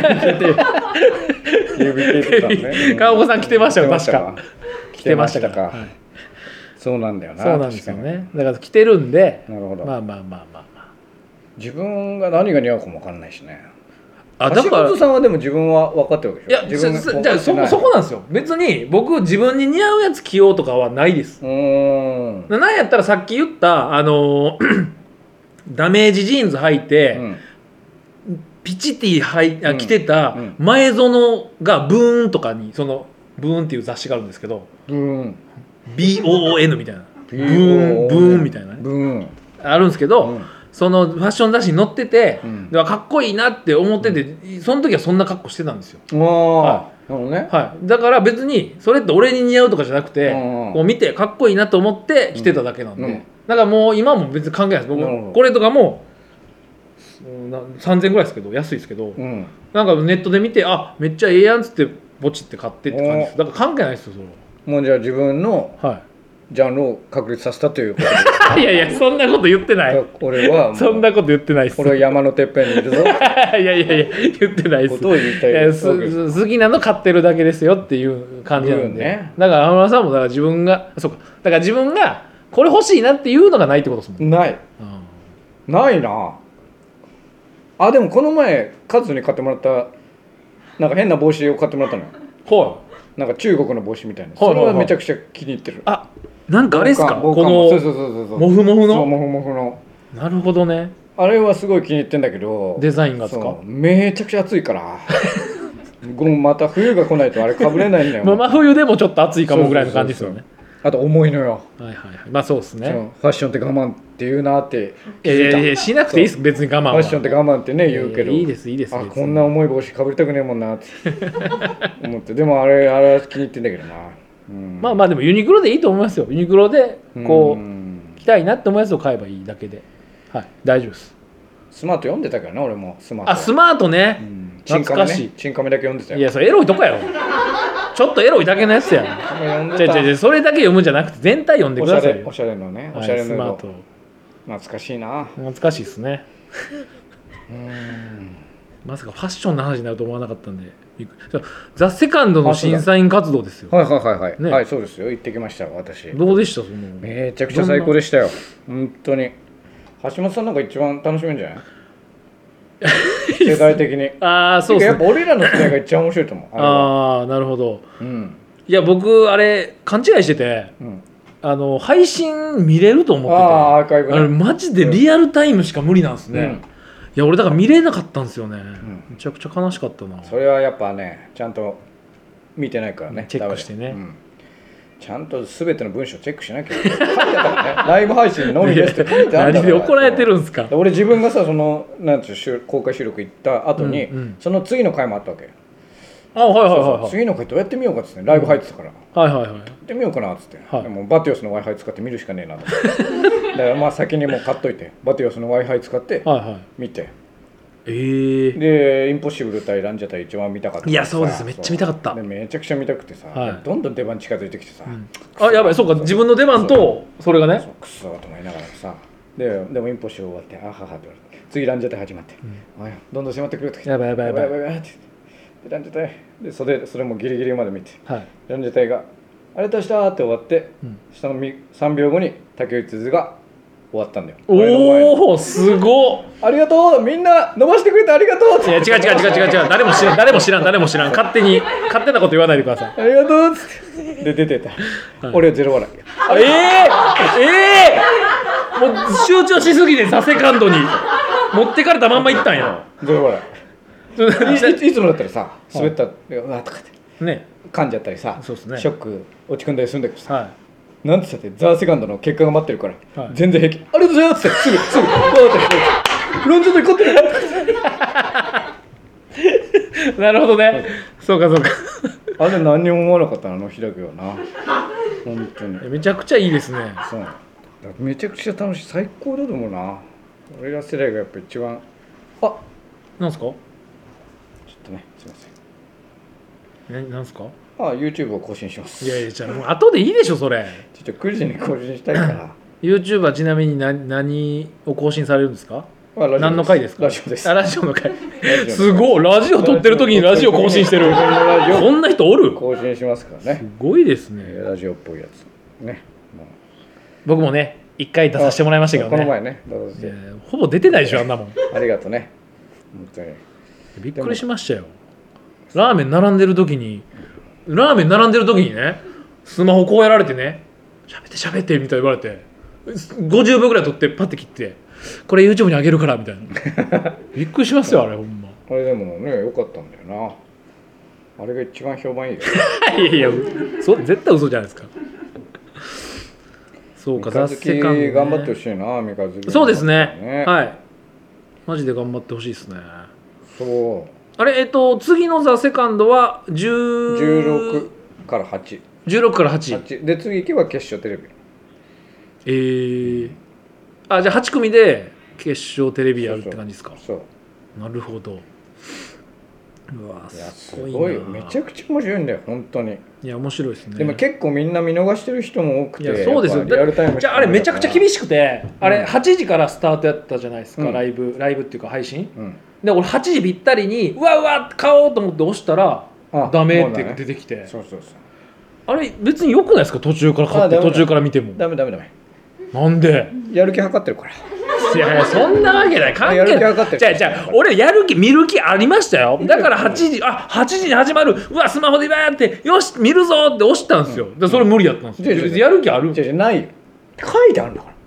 指切ってたね。 かまぼこさん着てましたよ、確か。 着てましたか、 はい、 そうなんだよな。 そうなんですよね。だから着てるんで、 なるほど。 まあまあまあまあまあ。 自分が何が似合うかも分かんないしね。 あ、だから橋本さんはでも自分は分かってるわけでしょ。 いや、自分じゃあそこそこなんですよ。別に僕自分に似合うやつ着ようとかはないです。うーん。 なんやったらさっき言ったあのダメージジーンズ履いて、うん、ピチティ履い着てた前園がブーンとかにそのブーンっていう雑誌があるんですけど、 ブーンビーオーオーエヌ みたいなブーンブーンみたいなね、 ブーンあるんですけど、うん、そのファッション雑誌に載ってて、うん、かっこいいなって思ってて、うん、その時はそんな格好してたんですよ。 はい、なるほどね。 はい、だから別にそれって俺に似合うとかじゃなくて、こう見てかっこいいなと思って着てただけなんで、うんうん、だからもう今も別に関係ないです。僕これとかもさんぜんえんぐらいですけど安いですけど、うん、なんかネットで見てあめっちゃええやんっつってポチって買ってって感じです。だから関係ないですよそれ。 もうじゃあ自分の、はいジャンルを確立させたということでいやいやそんなこと言ってない。 俺はそんなこと言ってないです。 俺は山のてっぺんにいるぞいやいやいや言ってないです。 ことを言いたいです。 好きなの買ってるだけですよっていう感じなんで、ね、だから浜田さんもだから自分がそうかだから自分がこれ欲しいなっていうのがないってことですもんね。ない、うん、ないなあ。でもこの前カズに買ってもらったなんか変な帽子を買ってもらったのよ。 はいなんか中国の帽子みたいな、それはめちゃくちゃ気に入ってる。 あ、なんかあれですか、このモフモフのモフモフのなるほどね。 あれはすごい気に入ってんだけどデザインがですか。 めちゃくちゃ暑いからまた冬が来ないとあれかぶれないんだよ。 真冬でもちょっと暑いかもぐらいの感じですよね。 あと重いのよ。 はいはいはい。まあそうですね。 ファッションって我慢って言うなっていやいやいやしなくていいです別に我慢は。 ファッションって我慢ってね言うけどいいですいいです。 あこんな重い帽子かぶりたくねえもんなって思ってでもあれあれは気に入ってんだけどな、 うん、まあまあでもユニクロでいいと思いますよ。ユニクロでこう着たいなって思うやつを買えばいいだけではい大丈夫です。 スマート読んでたからな俺もスマート。 あスマートね、うん、懐かしい。 チンカメだけ読んでたよ。 いやそれエロいとこやろちょっとエロいだけのやつやん。じゃじゃじゃそれだけ読むんじゃなくて全体読んでくださいよ。 おしゃれのねおしゃれのスマート懐かしいな。 懐かしいですねうんまさかファッションの話になると思わなかったんで。ザ・セカンドの審査員活動ですよ。 はいはいはいはい、ね、はいそうですよ。行ってきました私。 どうでしたその。 めちゃくちゃ最高でしたよ本当に。橋本さんなんか一番楽しめるんじゃない世代的に。 ああそうですね。 やっぱ俺らの世代が一番面白いと思う。 ああなるほど、うん、いや僕あれ勘違いしてて、うん、あの配信見れると思ってて。 あアーカイブ、ね、 あれマジでリアルタイムしか無理なんですね、うん、いや俺だから見れなかったんですよね、うん、めちゃくちゃ悲しかったな。 それはやっぱねちゃんと見てないからねチェックしてね、うん、 ちゃんと全ての文章チェックしなきゃいけない。書いてたからねライブ配信のみですって書いてあるんだから。何で怒られてるんですか。 俺自分がさそのなんていう公開収録行った後に、うんうん、その次の回もあったわけ。 あはいはいはい、はい、 そうそう次の回どうやってみようかっつってライブ入ってたから、 うん、はいはいはいやってみようかなっつって、はい、でもバティオスの Wi-Fi 使って見るしかねえなとだからまあ先にもう買っといてバティオスの Wi-Fi 使って見て、はいはいえー、でインポッシブル対ランジャタイ一番見たかった。 いやそうですめっちゃ見たかった。 でめちゃくちゃ見たくてさ、はい、どんどん出番近づいてきてさ、うん、 あやばいそうか自分の出番とそれがねそうクソと思いながらさででもインポッシブル終わってあははって言われて次ランジャタイ始まって、うん、おいどんどん迫ってくるときてやばいやばいやばいやばいやばいってでランジャタイでそれそれもギリギリまで見て、はい、ランジャタイがありがとうしたって終わって、うん、そのさんびょうごに竹内鈴が終わったんだよ。 おおすごっありがとうみんな伸ばしてくれてありがとうって。 いや違う違う違う違う違う誰も知らん誰も知らん誰も知らん勝手に勝手なこと言わないでください。 ありがとうっつってで出てた、はい、俺はゼロ笑い。 えー、えー、もう集中しすぎてさセカンドに持ってかれたまんまいったんや。 ゼロ笑いい, いつもだったらさ滑ったらうわとかってね噛んじゃったりさ、そうですね、ショック落ち込んだりするんだけどさ、はい、なんて言ったってザ・セカンドの結果が待ってるから、はい、全然平気ありがとうございますってすぐすぐバーってロンジャタイ勝ってるなるほどね、はい、そうかそうかあれ何にも思わなかったのあの日だけはな本当にめちゃくちゃいいですね。 そうめちゃくちゃ楽しい最高だと思うな。俺ら世代がやっぱ一番あなんすかちょっとねすいませんえ、なんすか？ ああ YouTube を更新します。 いやいや、じゃあもう後でいいでしょそれ。 ちょっとくじに更新したいから。 YouTube はちなみに何、何を更新されるんですか？何の回ですか？ ラジオです。 あ、ラジオの回。すごい、ラジオ撮ってる時にラジオ更新してる。こんな人おる？ 更新しますからね。 すごいですね。 ラジオっぽいやつね。 僕もね一回出させてもらいましたけどね。 この前ね。 ほぼ出てないでしょあんなもん。 ありがとうね。本当に。 びっくりしましたよ。ラーメン並んでる時にラーメン並んでる時にねスマホこうやられてね喋って喋ってみたいに言われてごじゅうびょうぐらい撮ってパッて切ってこれ YouTube に上げるからみたいな。びっくりしますよあれほんま。 あれでもね良かったんだよな。あれが一番評判いいよ。 いやいやそ絶対嘘じゃないですか。そうか、 三日月頑張ってほしいな。三日月。 そうですね。はい。マジで頑張ってほしいですね。 そう。 あれえっと次のザセカンドはじゅうじゅうろくからはち。 じゅうろくからはち。 で次行けば決勝テレビ。 えー、あじゃあはち組で決勝テレビやるって感じですか。 そうそうそうなるほど。うわすごいな。すごいよ。めちゃくちゃ面白いんだよ本当に。 いや面白いですね。 でも結構みんな見逃してる人も多くて。 いやそうですよ。リアルタイムじゃああれめちゃくちゃ厳しくて、うん、あれはちじからスタートやったじゃないですか、うん、ライブライブっていうか配信、うん、で俺はちじぴったりにうわうわ買おうと思って押したらダメって出てきて、ね、そうそうそう。あれ別に良くないですか途中から買って途中から見ても。 ダメダメダメ。 なんで？ やる気測ってるから。 いやいやそんなわけない関係ない。じゃあじゃあ俺やる気見る気ありましたよ。だからはちじあはちじに始まるうわスマホでバーってよし見るぞって押したんですよ。でそれ無理やったんですよ。やる気ある？ じゃじゃないよ。書いてあるんだから。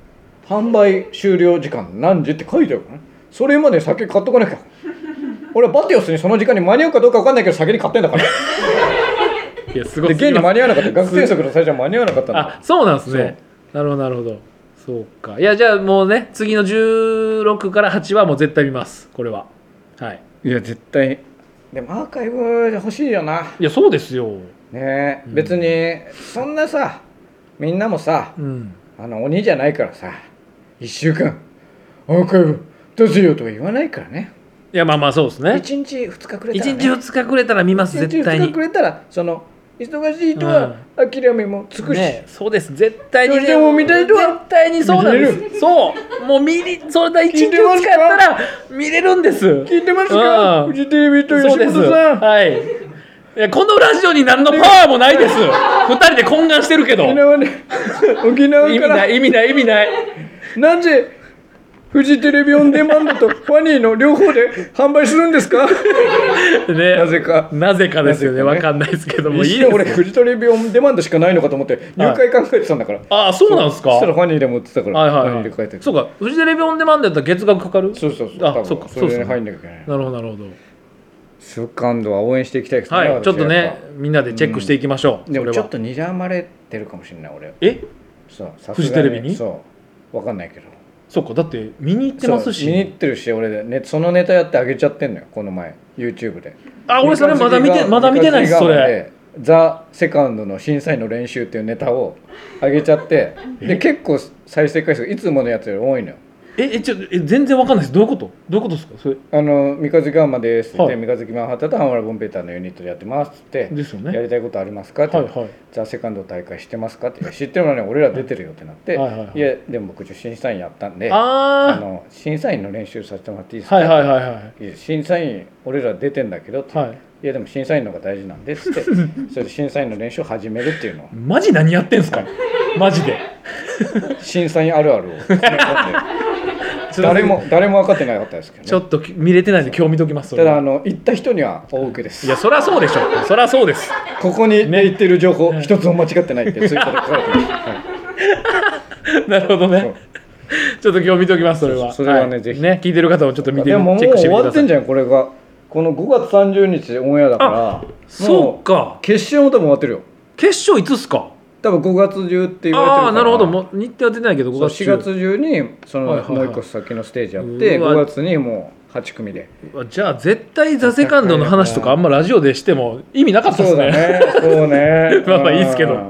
販売終了時間何時って書いてあるからね。それまで先買っとかなきゃ。俺はバティオスにその時間に間に合うかどうか分かんないけど先に買ってんだから。いやすごい。で現に間に合わなかった。学生則の最初は間に合わなかったんだ。 あそうなんですね。なるほどなるほど。そうか。いやじゃあもうね次のじゅうろくからはちはもう絶対見ますこれは。はい。 いや絶対。でもアーカイブ欲しいよな。 いやそうですよ。 ねえ、うん、別にそんなさみんなもさ、うん、あの鬼じゃないからさいっしゅうかんアーカイブ出せよとは言わないからね。 いやまあまあそうですね。 いちにちふつかくれたら、ね、 いちにちふつかくれたら見ます絶対に。 いちにちふつかくれたらその忙しい人は諦めもつくし、ね、 そうです絶対に、ね、 どうしても見たい人は絶対にそうなんです。そうもう見りそれだいちにちふつかやったら見れるんです。 聞いてますか、うん、フジテレビと吉本さん。 はい。いやこのラジオに何のパワーもないです。ふたりで懇願してるけど。 沖縄ね、沖縄から意味ない意味ない意味ない。 なぜフジテレビオンデマンドとファニーの両方で販売するんですか？ね、なぜかなぜかですよね。わ、ね、かんないですけども。いいです。 俺フジテレビオンデマンドしかないのかと思って入会考えてたんだから。 ああそうなんですか。 そしたらファニーでも売ってたから。 はいはいはい、ファニーで書いてる。そうかフジテレビオンデマンドやったら月額かかる。 そうそうそう。 あそうかそれに入んなきゃいけない。 なるほどなるほど。 セカンドは応援していきたいですね。 はいちょっとねみんなでチェックしていきましょう。 うん、でもちょっと睨まれてるかもしれない俺。 え？ そうフジテレビに？ そうわかんないけど。 そうかだって見に行ってますし。 見に行ってるし俺で、ね、そのネタやってあげちゃってんのよこの前 YouTube で。 あ俺それまだ見てまだ見てないですそれ。 ザ・セカンドの審査員の練習っていうネタを上げちゃってで結構再生回数いつものやつより多いのよ。 ええちょえ全然わかんないです。どういうことどういうことですかそれ。 あの三日月ガンマですって言って、はい、三日月マンハッタとハンワラボンペーターのユニットでやってますってですよね。やりたいことありますかって、はいはい、ザ・セカンド大会してますかって知ってるのに俺ら出てるよってなって、はいはいはいはい、いやでも僕審査員やったんであの審査員の練習させてもらっていいですかって、はいはいはいはい、審査員俺ら出てんだけどって、はい、いやでも審査員の方が大事なんですってそれで審査員の練習を始めるっていうのをマジ何やってんすかマジで審査員あるあるを詰め込んで誰も誰も分かってなかったですけど、ね、 ちょっと見れてないんで今日見ときます。 ただあの行った人には大受けです。 いやそりゃそうでしょそりゃそうです。 ここにね言ってる情報一つも間違ってないってツイッターで書かれてます、 はい、なるほどね。ちょっと今日見ときますそれは。 それはね、はい、ぜひね聞いてる方もちょっと見てチェックしてみてください。 でももう終わってんじゃんこれがこのごがつさんじゅうにちオンエアだからそうか決勝も多分終わってるよ。 決勝いつっすか。 多分ごがつ中って言われてるから。ああなるほどもう日程は出ないけどごがつ中しがつ中にそのもう一個先のステージやってごがつにもうはち組で。 じゃあ絶対ザ・セカンドの話とかあんまラジオでしても意味なかったですね。 そうだねそうねまあまあいいですけど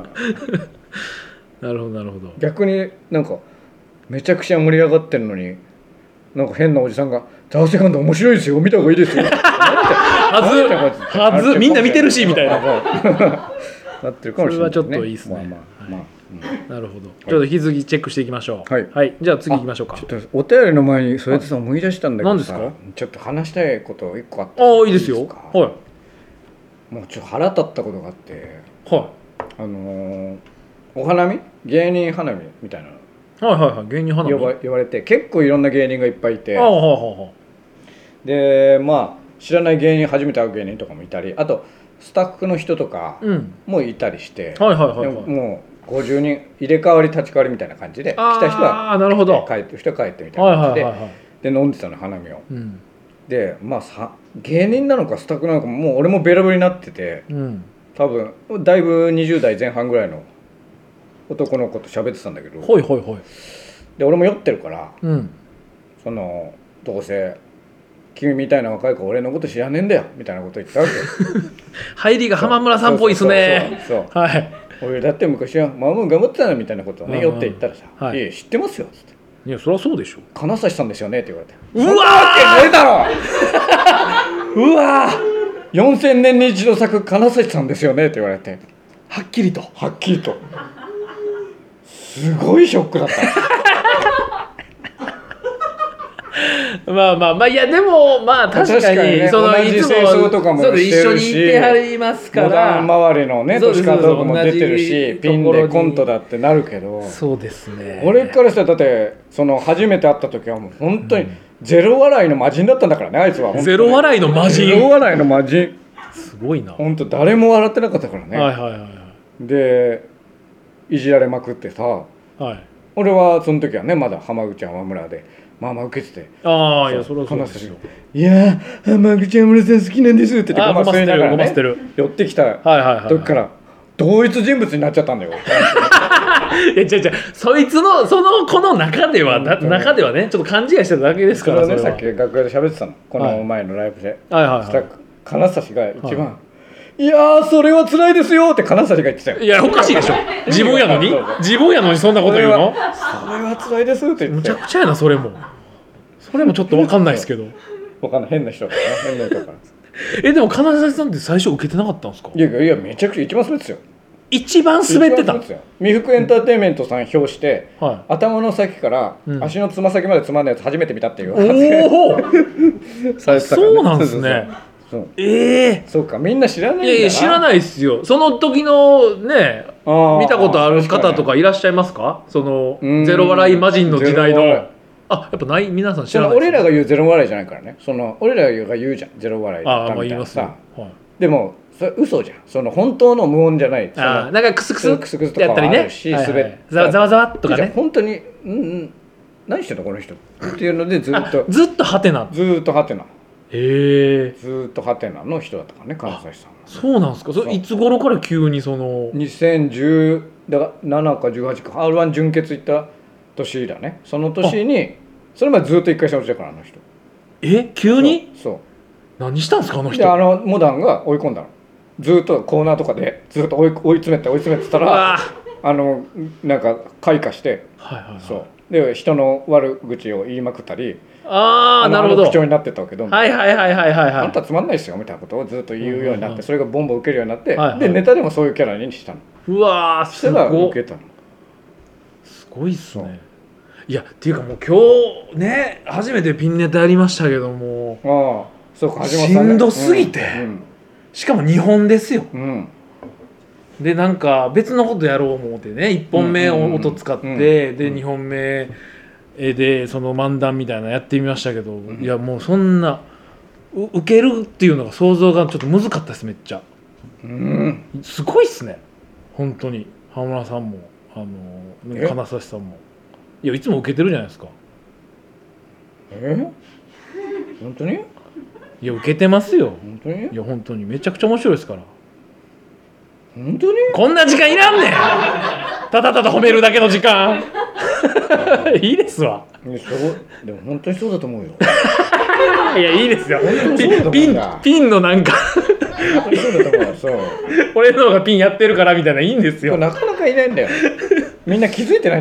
なるほどなるほど。 逆になんかめちゃくちゃ盛り上がってるのになんか変なおじさんが「ザ・セカンド面白いですよ見た方がいいですよ」 はずはずみんな見てるしみたいななってるかもしれない、ね、 それはちょっといいですね。まあまあまあ、うん、なるほど。ちょっと引き続きチェックしていきましょう。はい。はい、じゃあ次行きましょうか。 ちょっとお便りの前にそれでさ思い出したんだけどさ、 何ですか？ ちょっと話したいこと一個あって。 ああいいですよ。はい。 もうちょっと腹立ったことがあって。 はい。 あのー、お花見芸人花見みたいな。 はいはいはい芸人花見。 呼ば呼ばれて結構いろんな芸人がいっぱいいて。 ああはあはあ。でまあ知らない芸人初めて会う芸人とかもいたり、あとスタッフの人とかもいたりして、 うん、はいはいはい、はい、 もうごじゅうにん入れ替わり立ち替わりみたいな感じで来た人は帰ってる人は帰ってみたいな感じで、はいはいはいはい、で飲んでたの花見を、うん、でまあさ芸人なのかスタッフなのかもう俺もベラベラになってて、うん、多分だいぶにじゅう代前半ぐらいの男の子と喋ってたんだけど、 はいはいはい、 で俺も酔ってるから、 うん、そのどうせ君みたいな若い子俺のこと知らねえんだよみたいなこと言ったわけ入りが浜村さんっぽいですね。 そうそうはい、俺だって昔はまあもう頑張ってたのみたいなことをね酔って言ったらさ「はい、いや知ってますよ」っつって 「いやそりゃそうでしょ金指さんですよね」って言われて「 うわー!」 そんなわけねえだろうわーよんせんねんに一度咲く金指さんですよねって言われてはっきりとはっきりとすごいショックだったまあまあまあいやでもまあ確かに、 ね、 その同じ清掃とかもしてるし一緒に行ってはりますからモダン周りのね都市間トークも出てるしピンでコントだってなるけどそうですね俺からしたらだってその初めて会った時はもう本当にゼロ笑いの魔人だったんだからねあいつはゼロ笑いの魔人ゼロ笑いの魔人すごいな本当誰も笑ってなかったからね、 はいはいはいはい、 でいじられまくってさ、はい、俺はその時はねまだ浜口浜村でまあまあ受けててああいやそれはそうですよいや浜口浜村さん好きなんですって言ってごませてるごませてる寄ってきた時から同一人物になっちゃったんだよいや違う違うそいつのその子の中ではだ中ではねちょっと勘違いしてただけですからそれはねさっき楽屋で喋ってたのこの前のライブではいはいはいしたら金指が一番いやーそれは辛いですよって金指が言ってたよいやおかしいでしょ自分やのに自分やのにそんなこと言うのそれは辛いですって言ってむちゃくちゃやなそれもそれもちょっと分かんないですけど分かんない変な人だから変な人だからえでも金指さんって最初受けてなかったんですか？ いやいやめちゃくちゃ一番滑ってたよ一番滑ってた未福エンターテインメントさん表して、はい、頭の先から足のつま先までつまんないやつ初めて見たっていうおおそうなんですねそうええー、 そうかみんな知らないんだな。いやいや知らないですよその時のね見たことある方とかいらっしゃいますかそのゼロ笑い魔人の時代のあやっぱない皆さん知らない俺らが言うゼロ笑いじゃないからねその俺らが言うじゃんゼロ笑いだったみたいなさ、はい、でもそれ嘘じゃんその本当の無音じゃないあなんかクスクスクスクスとかもあるしやったりね、はいはい、ざわざわざわとかね本当にうんうん何してんのこの人っていうのでずっとずっとハテナずっとハテナへえずっとハテナの人だったからね金指さんそうなんですかそれいつ頃から急にそのにせんじゅうななかじゅうはちか アールワン 準決行った年だねその年にそれまでずっと一回戦落ちたからあの人え急にそうそう何したんですかあの人であのモダンが追い込んだのずっとコーナーとかでずっと追い、追い詰めて追い詰めてたらあのなんか開花して、はいはいはい、そうで人の悪口を言いまくったりああなるほど口調になってったわけどはいはいはいはいはい、はい、 あんたつまんないですよみたいなことをずっと言うようになって、うんうんうん、それがボンボン受けるようになって、はいはい、でネタでもそういうキャラにしたのうわーすごい受けたのすごいっすねいやっていうかもう今日ね初めてピンネタやりましたけどもああそうか始まったねしんどすぎて、うんうん、しかもにほんですよ、うん、でなんか別のことやろう思ってねいっぽんめ音使って、うんうんうん、でにほんめでその漫談みたいなのやってみましたけど、うん、いやもうそんな受けるっていうのが想像がちょっと難かったですめっちゃ、うん、すごいっすね本当に浜村さんもあの金指さんもいやいつも受けてるじゃないですかえ本当にいや受けてますよ本当にいや本当にめちゃくちゃ面白いですから本当にこんな時間いらんねんただただ褒めるだけの時間いいですわいやそうでも本当にそうだと思うよいやいいですよピン、ピンのなんか本当にそうだと思うそう俺の方がピンやってるからみたいないいんですよなかなかいないんだよみんな気づいてないんだよ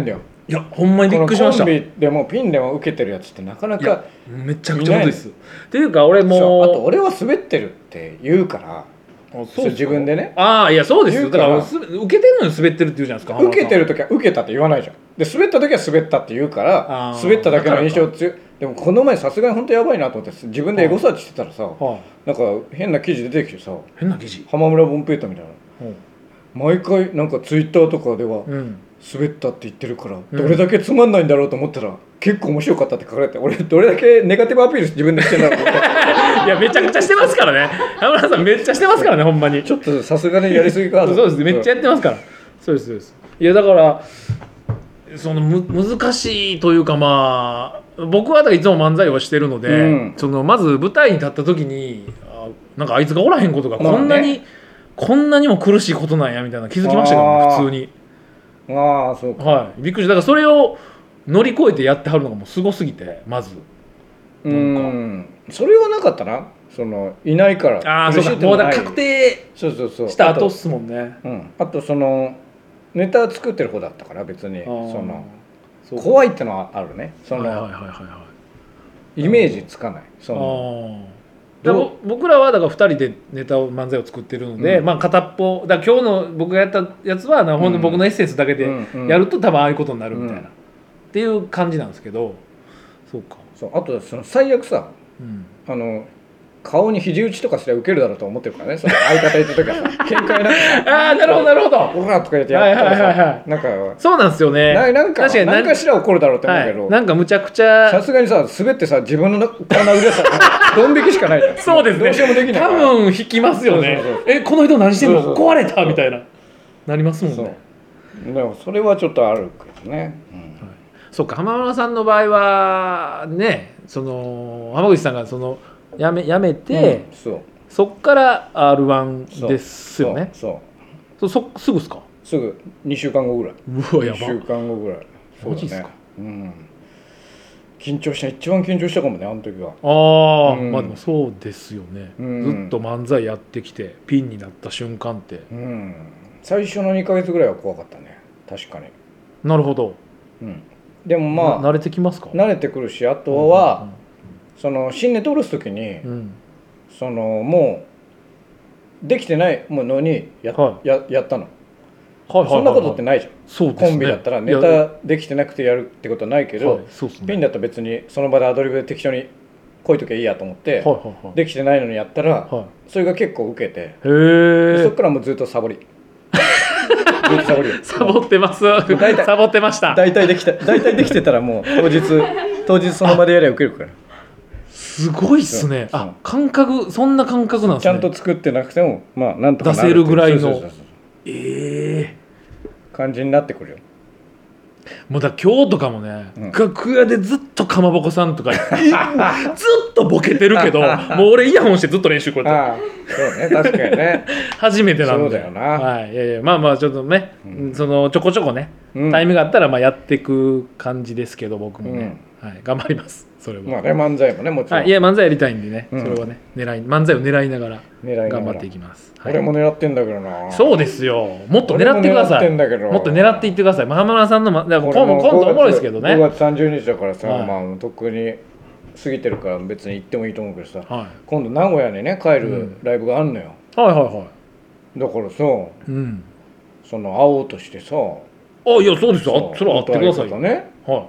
いやほんまにびっくりしました。 コンビでもピンでも受けてるやつってなかなかめちゃくちゃむずいですっていうか俺もうあと俺は滑ってるって言うからそう自分でねああいやそうですよだから受けてるのに滑ってるって言うじゃないですか。 受けてる時は受けたって言わないじゃんで滑った時は滑ったって言うから滑っただけの印象強い。でもこの前さすがに本当やばいなと思って自分でエゴサーチしてたらさ、はあ、なんか変な記事出てきてさ変な記事浜村ボンペータみたいな、うん、毎回なんかツイッターとかでは、うん滑ったって言ってるからどれだけつまんないんだろうと思ったら、うん、結構面白かったって書かれて俺どれだけネガティブアピール自分でしてんだろうと思っていやめちゃくちゃしてますからね浜田さんめっちゃしてますからねほんまにちょっとさすがにやりすぎかそうですめっちゃやってますからそうですそうですいやだからそのむ難しいというかまあ僕はだからいつも漫才をしてるので、うん、そのまず舞台に立った時にあなんかあいつがおらへんことがこんなに、まあね、こんなにも苦しいことなんやみたいな気づきましたけど、ね、普通にああそうか、 はい、びっくりしただからそれを乗り越えてやってはるのがもうすごすぎてまずうんそれはなかったなそのいないからああそうかもうだ確定した後っすもんねうん、あとそのネタ作ってる方だったから別にその怖いってのはあるねそのイメージつかないそのだ僕らはだからふたりでネタを漫才を作ってるので、うん、まあ片っぽだ今日の僕がやったやつはほんと僕のエッセンスだけでやると多分ああいうことになるみたいな、うん、っていう感じなんですけどそうかそうあとその最悪さ、うん、あの顔に肘打ちとかすればウケるだろうと思ってるからねその相方いた時はさ喧嘩になああなるほどなるほどオラとか言ってやったらさ、はいはいはいはい、なんかそうなんですよねななんか何かしら怒るだろうと思うけど、 はい、なんかむちゃくちゃさすがにさ滑ってさ自分の顔の腕さドン引きしかないじゃんそうですねどうしようもできない多分引きますよねそうそうそうえこの人何してんのそうそう壊れたみたいななりますもんねそうでもそれはちょっとあるけどね、うんはい、 そうか浜村さんの場合はねその浜口さんがそのやめやめて、うん、そうそっから アールワン ですよねそうそうそすぐっすかすぐにしゅうかんごぐらいうわやばにしゅうかんごぐらいそうですねうん緊張した一番緊張したかもねあの時はああ、うん、まあでもそうですよね、うん、ずっと漫才やってきてピンになった瞬間って、 うん、最初のにかげつぐらいは怖かったね確かになるほど、 うん、でもまあ慣れてきますか慣れてくるしあとは、うんうんうん、その新ネタ下ろす時に、うん、そのもうできてないものに や,、はい、や, やったの、はいはいはいはい、そんなことってないじゃんそうです、ね、コンビだったらネタできてなくてやるってことはないけど、はいそうですね、ピンだったら別にその場でアドリブで適当にこいときゃいいやと思って、はいはいはい、できてないのにやったら、はい、それが結構受けてへそっからもうずっとサボりずっとサボりサボってますサボってました大体できた大体できてたらもう当日当日その場でやれば受けるからすごいっすねあ感覚そんな感覚なんですねちゃんと作ってなくてもまあなんとかなる出せるぐらいのそうそうそうそうええ感じになってくるよもうだ今日とかもね、うん、楽屋でずっとかまぼこさんとかずっとボケてるけどもう俺イヤホンしてずっと練習こうやってそうね確かにね初めてなんでそうだよな、 はい、いやいやまあまあちょっとね、うん、そのちょこちょこね、うん、タイミングがあったらまあやっていく感じですけど僕もね、うんはい、頑張りますそれはまあね漫才もねもちろん、 はい、いや漫才やりたいんでね、うん、それはね狙い漫才を狙いながら頑張っていきます、 はい、俺も狙ってんだけどなそうですよもっと狙ってください も, もっと狙っていってください浜村さんの、ま、今度今度おもろいですけどねごがつさんじゅうにちだからさ、はいまあ、とっくに過ぎてるから別に行ってもいいと思うけどさ、はい、今度名古屋にね帰るライブがあんのよ、 うん、はいはいはいだからさ、うん、その会おうとしてさあいやそうですよそれは会ってくださいよね、はい、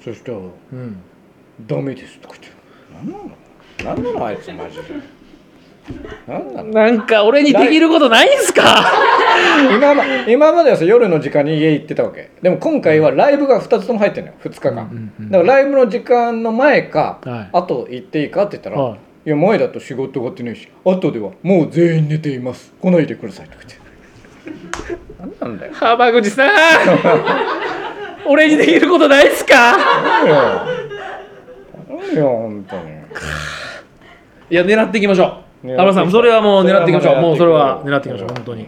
そしたら、うんダメですとか言って何なの何なのあいつマジで何なのなんか俺にできることないんすか今, ま今まではさ夜の時間に家行ってたわけでも今回はライブがふたつとも入ってるのよふつかかん、うんうんうん、だからライブの時間の前か、はい、後行っていいかって言ったら、はい、いや前だと仕事終わってないし後ではもう全員寝ています来ないでくださいとか言って何なんだよ浜口さん俺にできることないっすか何よいや本当にいや狙っていきましょう浜田さんそれはもう狙っていきましょうもうそれは狙っていきましょう本当に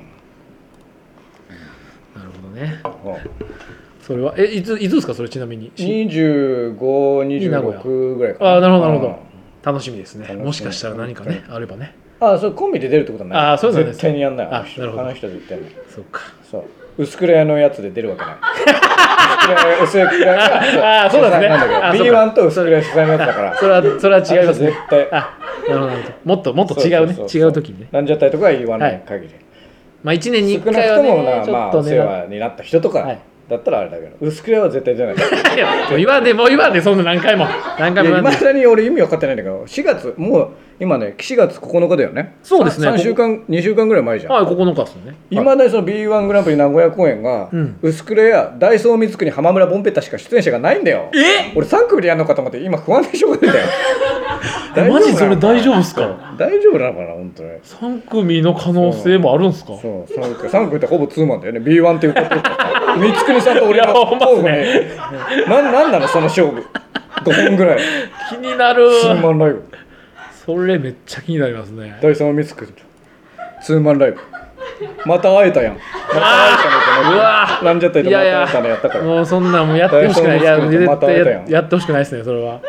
なるほどねそれはえいついつですかそれちなみににじゅうご、にじゅうろくぐらいかなあなるほどなるほど楽しみですねもしかしたら何かねあればねあそれコンビで出るってことはないあそうですね絶対にやんないあなるほどあの人絶対にそうかそう薄暗屋のやつで出るわけない薄暗いがあそうですね。 なんだけど ビーワン と薄暗い主催のやつだからそれはそれは違いますね。 絶対あなるほどもっともっと違うね。違う時にね。 ランジャタイとかは言わない限り、 まあいちねんにいっ少なかいはくともな、 ねちょまあ、 っとね。 お世話になった人とかだったらあれだけど、薄暗いは絶対じゃない。 いやもう言わんでもう言わんでそんな何回も何回もいまだに俺意味分かってないんだけど、しがつもう今ねしがつここのかだよね。 そうですね。 さんしゅうかんにしゅうかんぐらい前じゃん。 はいここのかですよね。 いまだにその ビーワン グランプリ名古屋公演が、うん、薄暗やダイソー光国浜村ボンペッタしか出演者がないんだよ。 え俺さん組でやるのかと思って今不安でしょうがないんだよ。 マジそれ大丈夫ですか？ 大丈夫なのかな本当に。さん組の可能性もあるんですか？ そう 3, 組さん組ってほぼツーマンだよね。 ビーワン っていうこと光国さんと俺がほんまね。 ななんなのその勝負ごほんぐらい気になる。 ツーマンライブそれめっちゃ気になりますね。 ダイソー光国ツーマンライブまた会えたやん。また会えたね。うわランジャタイとまた会えたねやったから。 もうそんなんもやってほしくない。いや絶対 や, やってほしくないですねそれは。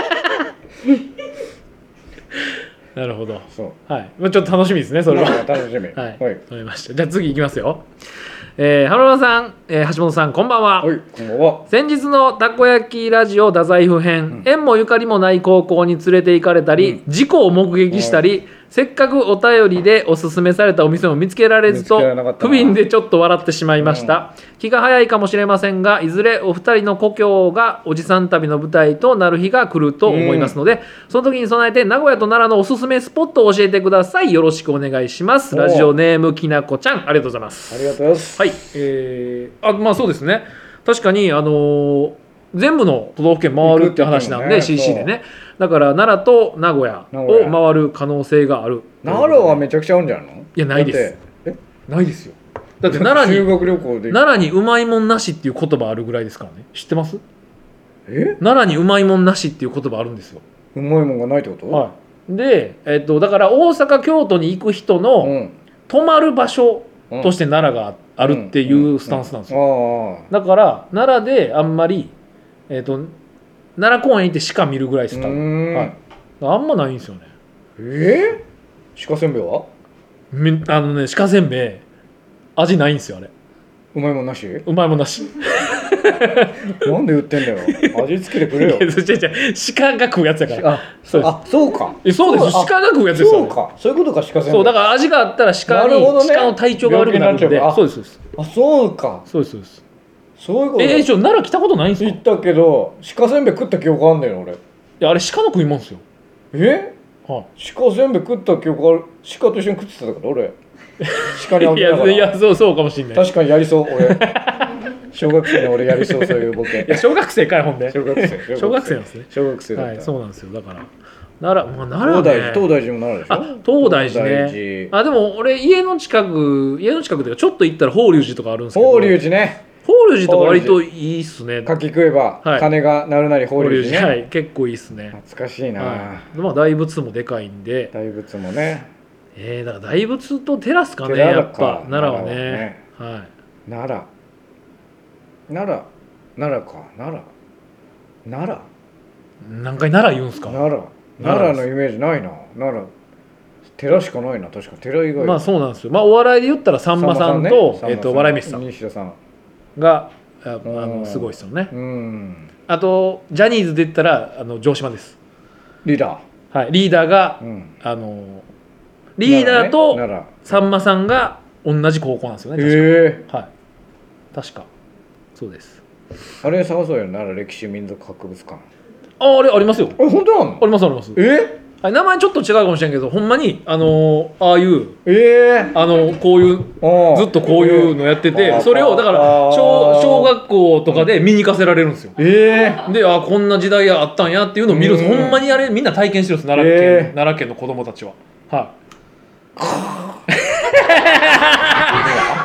なるほど。そう。はい。まあちょっと楽しみですねそれは。 楽しみ。はい。 わかりました。じゃあ次いきますよ。えー、ハロラさん、えー、橋本さんこんばんは。 はい、こんばんは。 先日のたこ焼きラジオ太宰府編、うん、縁もゆかりもない高校に連れて行かれたり、うん、事故を目撃したり、うん、せっかくお便りでおすすめされたお店を見つけられずと不憫でちょっと笑ってしまいました、うん、気が早いかもしれませんがいずれお二人の故郷がおじさん旅の舞台となる日が来ると思いますので、うん、その時に備えて名古屋と奈良のおすすめスポットを教えてください。よろしくお願いします。ラジオネームきなこちゃんありがとうございます。 ありがとうございます。 はい、えー、あまあそうですね確かにあのー、全部の都道府県回るっていう話なんで、ね、シーシー でねだから奈良と名古屋を回る可能性がある。 奈良はめちゃくちゃあるんじゃないの？ いやないです。 えないですよ。だって奈良に修学旅行で奈良にうまいもんなしっていう言葉あるぐらいですからね。知ってます？ え奈良にうまいもんなしっていう言葉あるんですよ。 うまいもんがないってこと？ はい。で、えっと、だから大阪京都に行く人の、うん、泊まる場所として奈良があるっていうスタンスなんですよ。だから奈良であんまり、えっと、奈良公園行って鹿見るぐらいです。多分、はい、あんまないんですよね。 えー、鹿せんべいは？ めあのね鹿せんべい味ないんですよあれ。 うまいもんなし？うまいもんなし。 なんで言ってんだよ。味付けてくれよ。 いや違う違う鹿が食うやつやから。 あそうです。あそうか。 えそうです。鹿が食うやつですよ。 そうか。そういうことか鹿せんべい。 そうだから味があったら鹿に、ね、鹿の体調が悪くなるので。そうですそうです。 あそうか。 そうですそうです。 そういうこと。 えー、ちょ奈良来たことないんですか？ 行ったけど鹿せんべい食った記憶あんだよ俺。いやあれ鹿の食い物ですよ。 え？はい。鹿せんべい食った記憶ある。鹿と一緒に食ってたから俺。鹿にあげながら。 いやいやそうそうかもしれない。 確かにやりそう俺。小学生の俺やりそうそういうボケ。 いや小学生かいほんで。 小学生。 小学生なんですね。 小学生だった。 はい、そうなんですよ。だから奈良、まあ、奈良ね。 東大寺も奈良でしょ。 あ、東大寺ね。あでも俺家の近く家の近くでちょっと行ったら法隆寺とかあるんですけど。 法隆寺ね。 法隆寺とか割といいっすね。 柿食えば、はい、金が鳴るなり法隆寺ね。 はい、結構いいっすね。 懐かしいな。はい、 まあ大仏もでかいんで。 大仏もね。 えー、だから大仏とテラスかねやっぱ奈良はね。ねはい。 奈良。奈良奈良か奈良奈良何回奈良言うんすか？ 奈良奈良のイメージないな。奈良寺しかないな。確か寺以外まあそうなんですよ。まあお笑いで言ったらさんまさんとさん、ね、えー、と笑い飯さん西田さんがあのすごいですよね。うんあとジャニーズで言ったらあの城島です。 リーダーはいリーダーが、うん、あのリーダーとさんまさんが同じ高校なんですよね。 へ確か、はい、確かそうです。 あれ探そうよ奈良歴史民族博物館。 ああれありますよ。 え本当なの？ ありますあります。 えはい、名前ちょっと違うかもしれんけどほんまにあのー、ああいうえー、 あのこういうずっとこういうのやってて、えー、それをだから 小, 小学校とかで見に行かせられるんですよ。 えー、 であこんな時代あったんやっていうのを見るんです。ほんまにあれみんな体験してるんです奈良県、えー、奈良県の子供たちは。はい、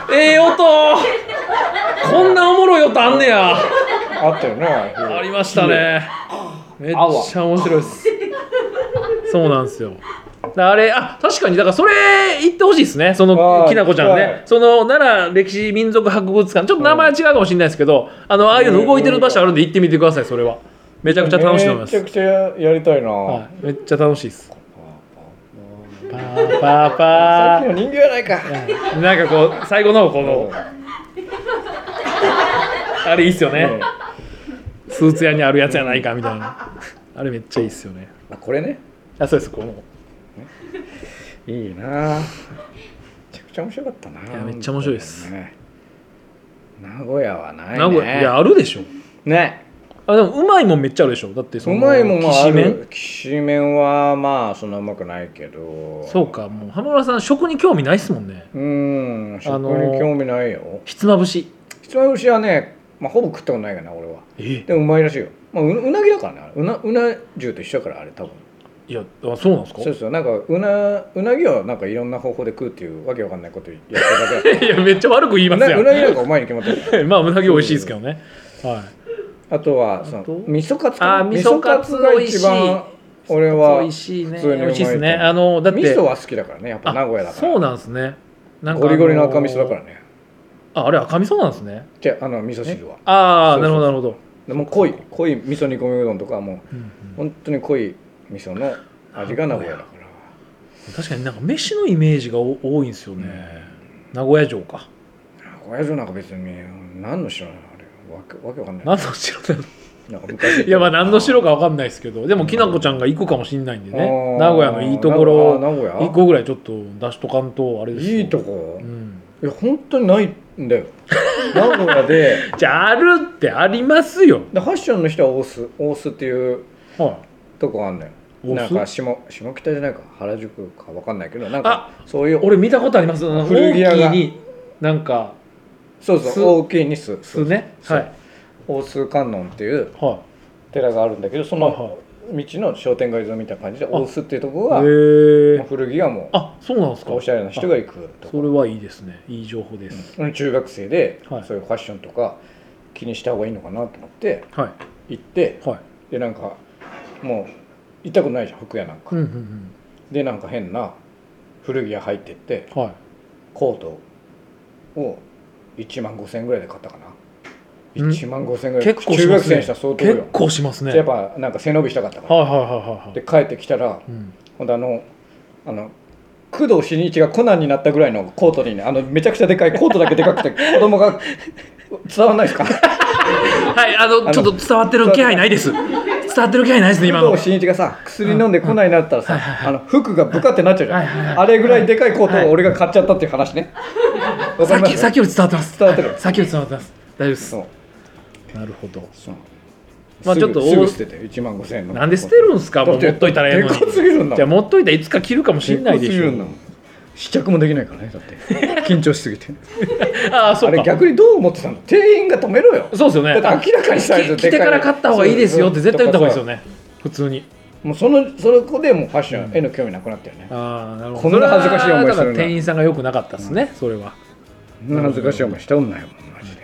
ええ音こんなおもろい音あんねや。 あったよね。 ありましたね。めっちゃ面白いです。そうなんですよ。あれあ確かにだからそれ言ってほしいですね。そのきなこちゃんね、はい、その奈良歴史民族博物館ちょっと名前は違うかもしれないですけど、あのああいうの動いてる場所あるんで行ってみてください。それはめちゃくちゃ楽しいと思います。 めちゃくちゃやりたいな、 はい、めっちゃ楽しいです。パーパーパーさっきの人形やないか。 なんかこう最後のこのあれいいっすよね、スーツ屋にあるやつやないかみたいな、あれめっちゃいいっすよね。 あこれね、 あそうです、このいいな、めちゃくちゃ面白かったな。 いやめっちゃ面白いです、 ね、名古屋はないね。 名古屋いやあるでしょね。 あでもうまいもんめっちゃあるでしょ。だってそのうまいもんはある。 きしきしめんはまあそんなうまくないけど。 そうか、もう浜村さん食に興味ないっすもんね。 うん、食に興味ないよ。 ひつまぶしひつまぶしはね、まあ、ほぼ食ったことないかな俺は。 えでもうまいらしいよ、まあ、う, うなぎだからね、うなうな重と一緒だからあれ多分。 いやあそうなんですか。 そうそう、なんかうなうなぎはなんかいろんな方法で食うっていうわけわかんないことやってるだけいやめっちゃ悪く言いますやん。 うなぎなんかうまいに決まってるまあうなぎ美味しいですけどね。はい。 あとはその味噌カツかな。 あ味噌カツが一番俺は美味しいね。 普通にうまい。 美味しいですね。あのだって味噌は好きだからね、やっぱ名古屋だから。 そうなんですね。 なんかゴリゴリの赤味噌だからね。 ああれ赤味噌なんですね。 じゃあの味噌汁は。 ああなるほどなるほど。 でも濃い濃い味噌煮込みうどんとかはもう、うんうん、本当に濃い味噌の味が名古屋だから。 確かになんか飯のイメージが多いんですよね、うん、名古屋城か。 名古屋城なんか別に何の城なのあれ、わけわけわかんない。 何の城なのなんか昔いやまあ何の城かわかんないですけど、でもきなこちゃんが行くかもしれないんでね、名古屋のいいところいっこぐらいちょっと出しとかんとあれですよ。 いいとこ、うん、いや本当にないんだよ名古屋で。 じゃああるってありますよ。 でファッションの人は大須大須っていう、はい、とこがあるんだよ。なんか 下, 下北じゃないか原宿か分かんないけど、なんかそういう俺見たことあります。古着屋になんかそうそう大きいにすすね、はい、 大須観音っていう寺があるんだけど、その道の商店街沿いみたいな感じで大須っていうところが古着屋もあそうなんですか。 おしゃれな人が行くとこ。 それはいいですね、いい情報です、 うん、中学生でそういうファッションとか気にした方がいいのかなと思って行って、はい、でなんかもう行ったことないじゃん服屋なんか、うんうんうん、でなんか変な古着屋入ってって、はい、コートをいちまんごせん円ぐらいで買ったかな。いちまんごせん円ぐらい。 結構しますね。 中学生にしたら相当よ。 結構しますね。 やっぱなんか背伸びしたかったから、はいはいはいはい、で帰ってきたら、うん、ほんとあのあの工藤新一がコナンになったぐらいのコートにね、あのめちゃくちゃでかいコートだけでかくて子供が伝わんないですかはいあのちょっと伝わってる気配ないです。伝わってる気配ないですね今の。 工藤新一がさ薬飲んでコナンになったらさ、うんはいはいはい、あの服がブカってなっちゃうじゃん、はいはいはい、あれぐらいでかいコートを俺が買っちゃったっていう話ね、 はい、さっきさっきより伝わってます。 伝わってる。 さっきより伝わってます。大丈夫です。 そうなるほど。 そうまあちょっとすぐ捨てていちまんごせんえんの。 なんで捨てるんすか。もう持っといたらええのに。 でかすぎるんだ。 じゃあ持っといたらいつか着るかもしれないでしょ。 試着もできないからね、だって緊張しすぎてああそうか。 あれ逆にどう思ってたの。店員が止めろよ。 そうですよね。 だって明らかにサイズでかい。 着てから買った方がいいですよって絶対言った方がいいですよね。普通に。 もうそのそれこでもうファッションへの興味なくなったよね、うん、 ああなるほど。 こんな恥ずかしい思いするんだ。 だから店員さんが良くなかったですね、うん、それは。 こんな恥ずかしい思いしたことないもんマジで。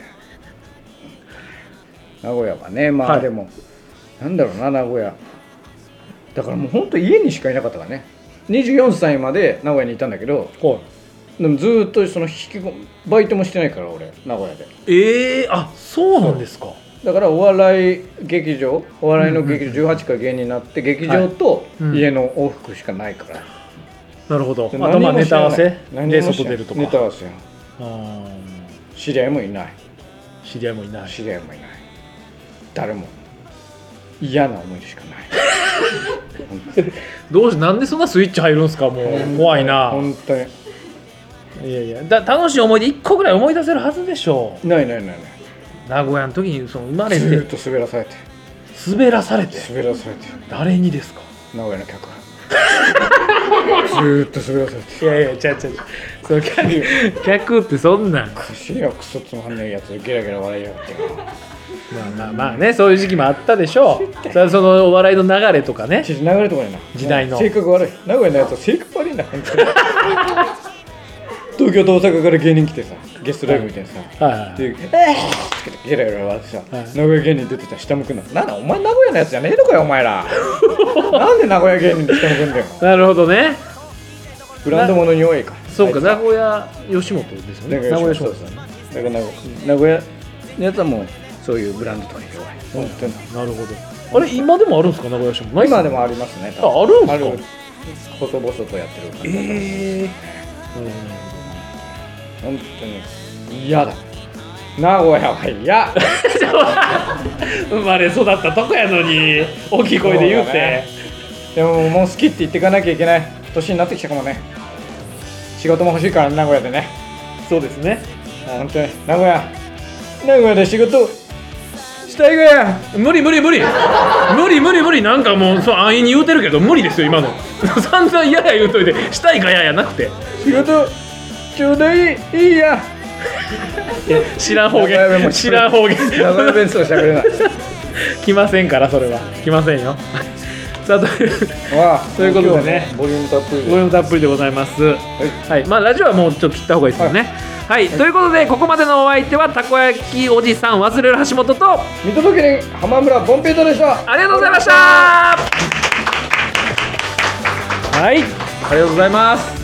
名古屋はね、まあ、はい、でもなんだろうな、名古屋だからもう本当家にしかいなかったからね。にじゅうよんさいまで名古屋にいたんだけど、はい、でもずっとその引きバイトもしてないから俺名古屋で。 ええー、あそうなんですか。 だからお笑い劇場お笑いの劇場じゅうはちから芸人になって劇場と家の往復しかないから、はい、 うん、なるほど。あとまあネタ合わせで外出るとか。 ネタ合わせやん。あ知り合いもいない。 知り合いもいない。 知り合いもいない。誰も嫌な思い出しかないどうしなんでそんなスイッチ入るんですか。もう怖いな本当に。 いやいやだ楽しい思い出いっこぐらい思い出せるはずでしょう。ないないないない。 名古屋の時にその生まれてずっと滑らされて滑らされて滑らされて誰にですか。 名古屋の客ずっと滑らされて。 いやいやちゃうちゃうその 客, 客ってそんなんくしよクソつまんないやつゲラゲラ笑いやがってまあまあまあね、そういう時期もあったでしょう。それそのお笑いの流れとかね。 流れとかねな。 時代の。 性格悪い。名古屋のやつは性格悪いんだ本当に。東京と大阪から芸人来てさ、ゲストライブみたいなさ、はいはいはい、で、えーってゲラゲラ笑ってさ、はい、名古屋芸人出てたら下向くんだ。なんだお前名古屋のやつじゃねえのかよお前ら。なんで名古屋芸人で下向くんだよ。 なるほどね。 ブランド物に弱いか。 そうか、名古屋吉本ですよね。名古屋吉本ですね。 だから名古屋のやつはもうそういうブランドとかに弱い。本当に。 なるほど。あれ今でもあるんですか名古屋吉本。 今でもありますね。 あ、あるんですか。 ある。細々とやってる。 ええー。 本当に嫌だ。 名古屋は嫌生まれ育ったとこやのに大きい声で言うて、ね、 でももう好きって言っていかなきゃいけない年になってきたかもね。仕事も欲しいから名古屋でね。 そうですね、 本当に名古屋名古屋で仕事したいがや。 無理無理無理無理無理無理なんかもうそう安易に言うてるけど無理ですよ今の散々嫌や言うといてしたいがややなくて仕事ちょうだいいいや知らん方言知らん方言名古屋弁そうしゃべれない来ませんからそれは来ませんよさあというということでねボリュームたっぷりボリュームたっぷりでございます。はい、はい、まあラジオはもうちょっと切った方がいいですよね。はいはい、はい、ということでここまでのお相手はたこ焼きおじさん忘れる橋本と見届け人浜村ボンペイトでした。 ありがとうございました。はい、ありがとうございます。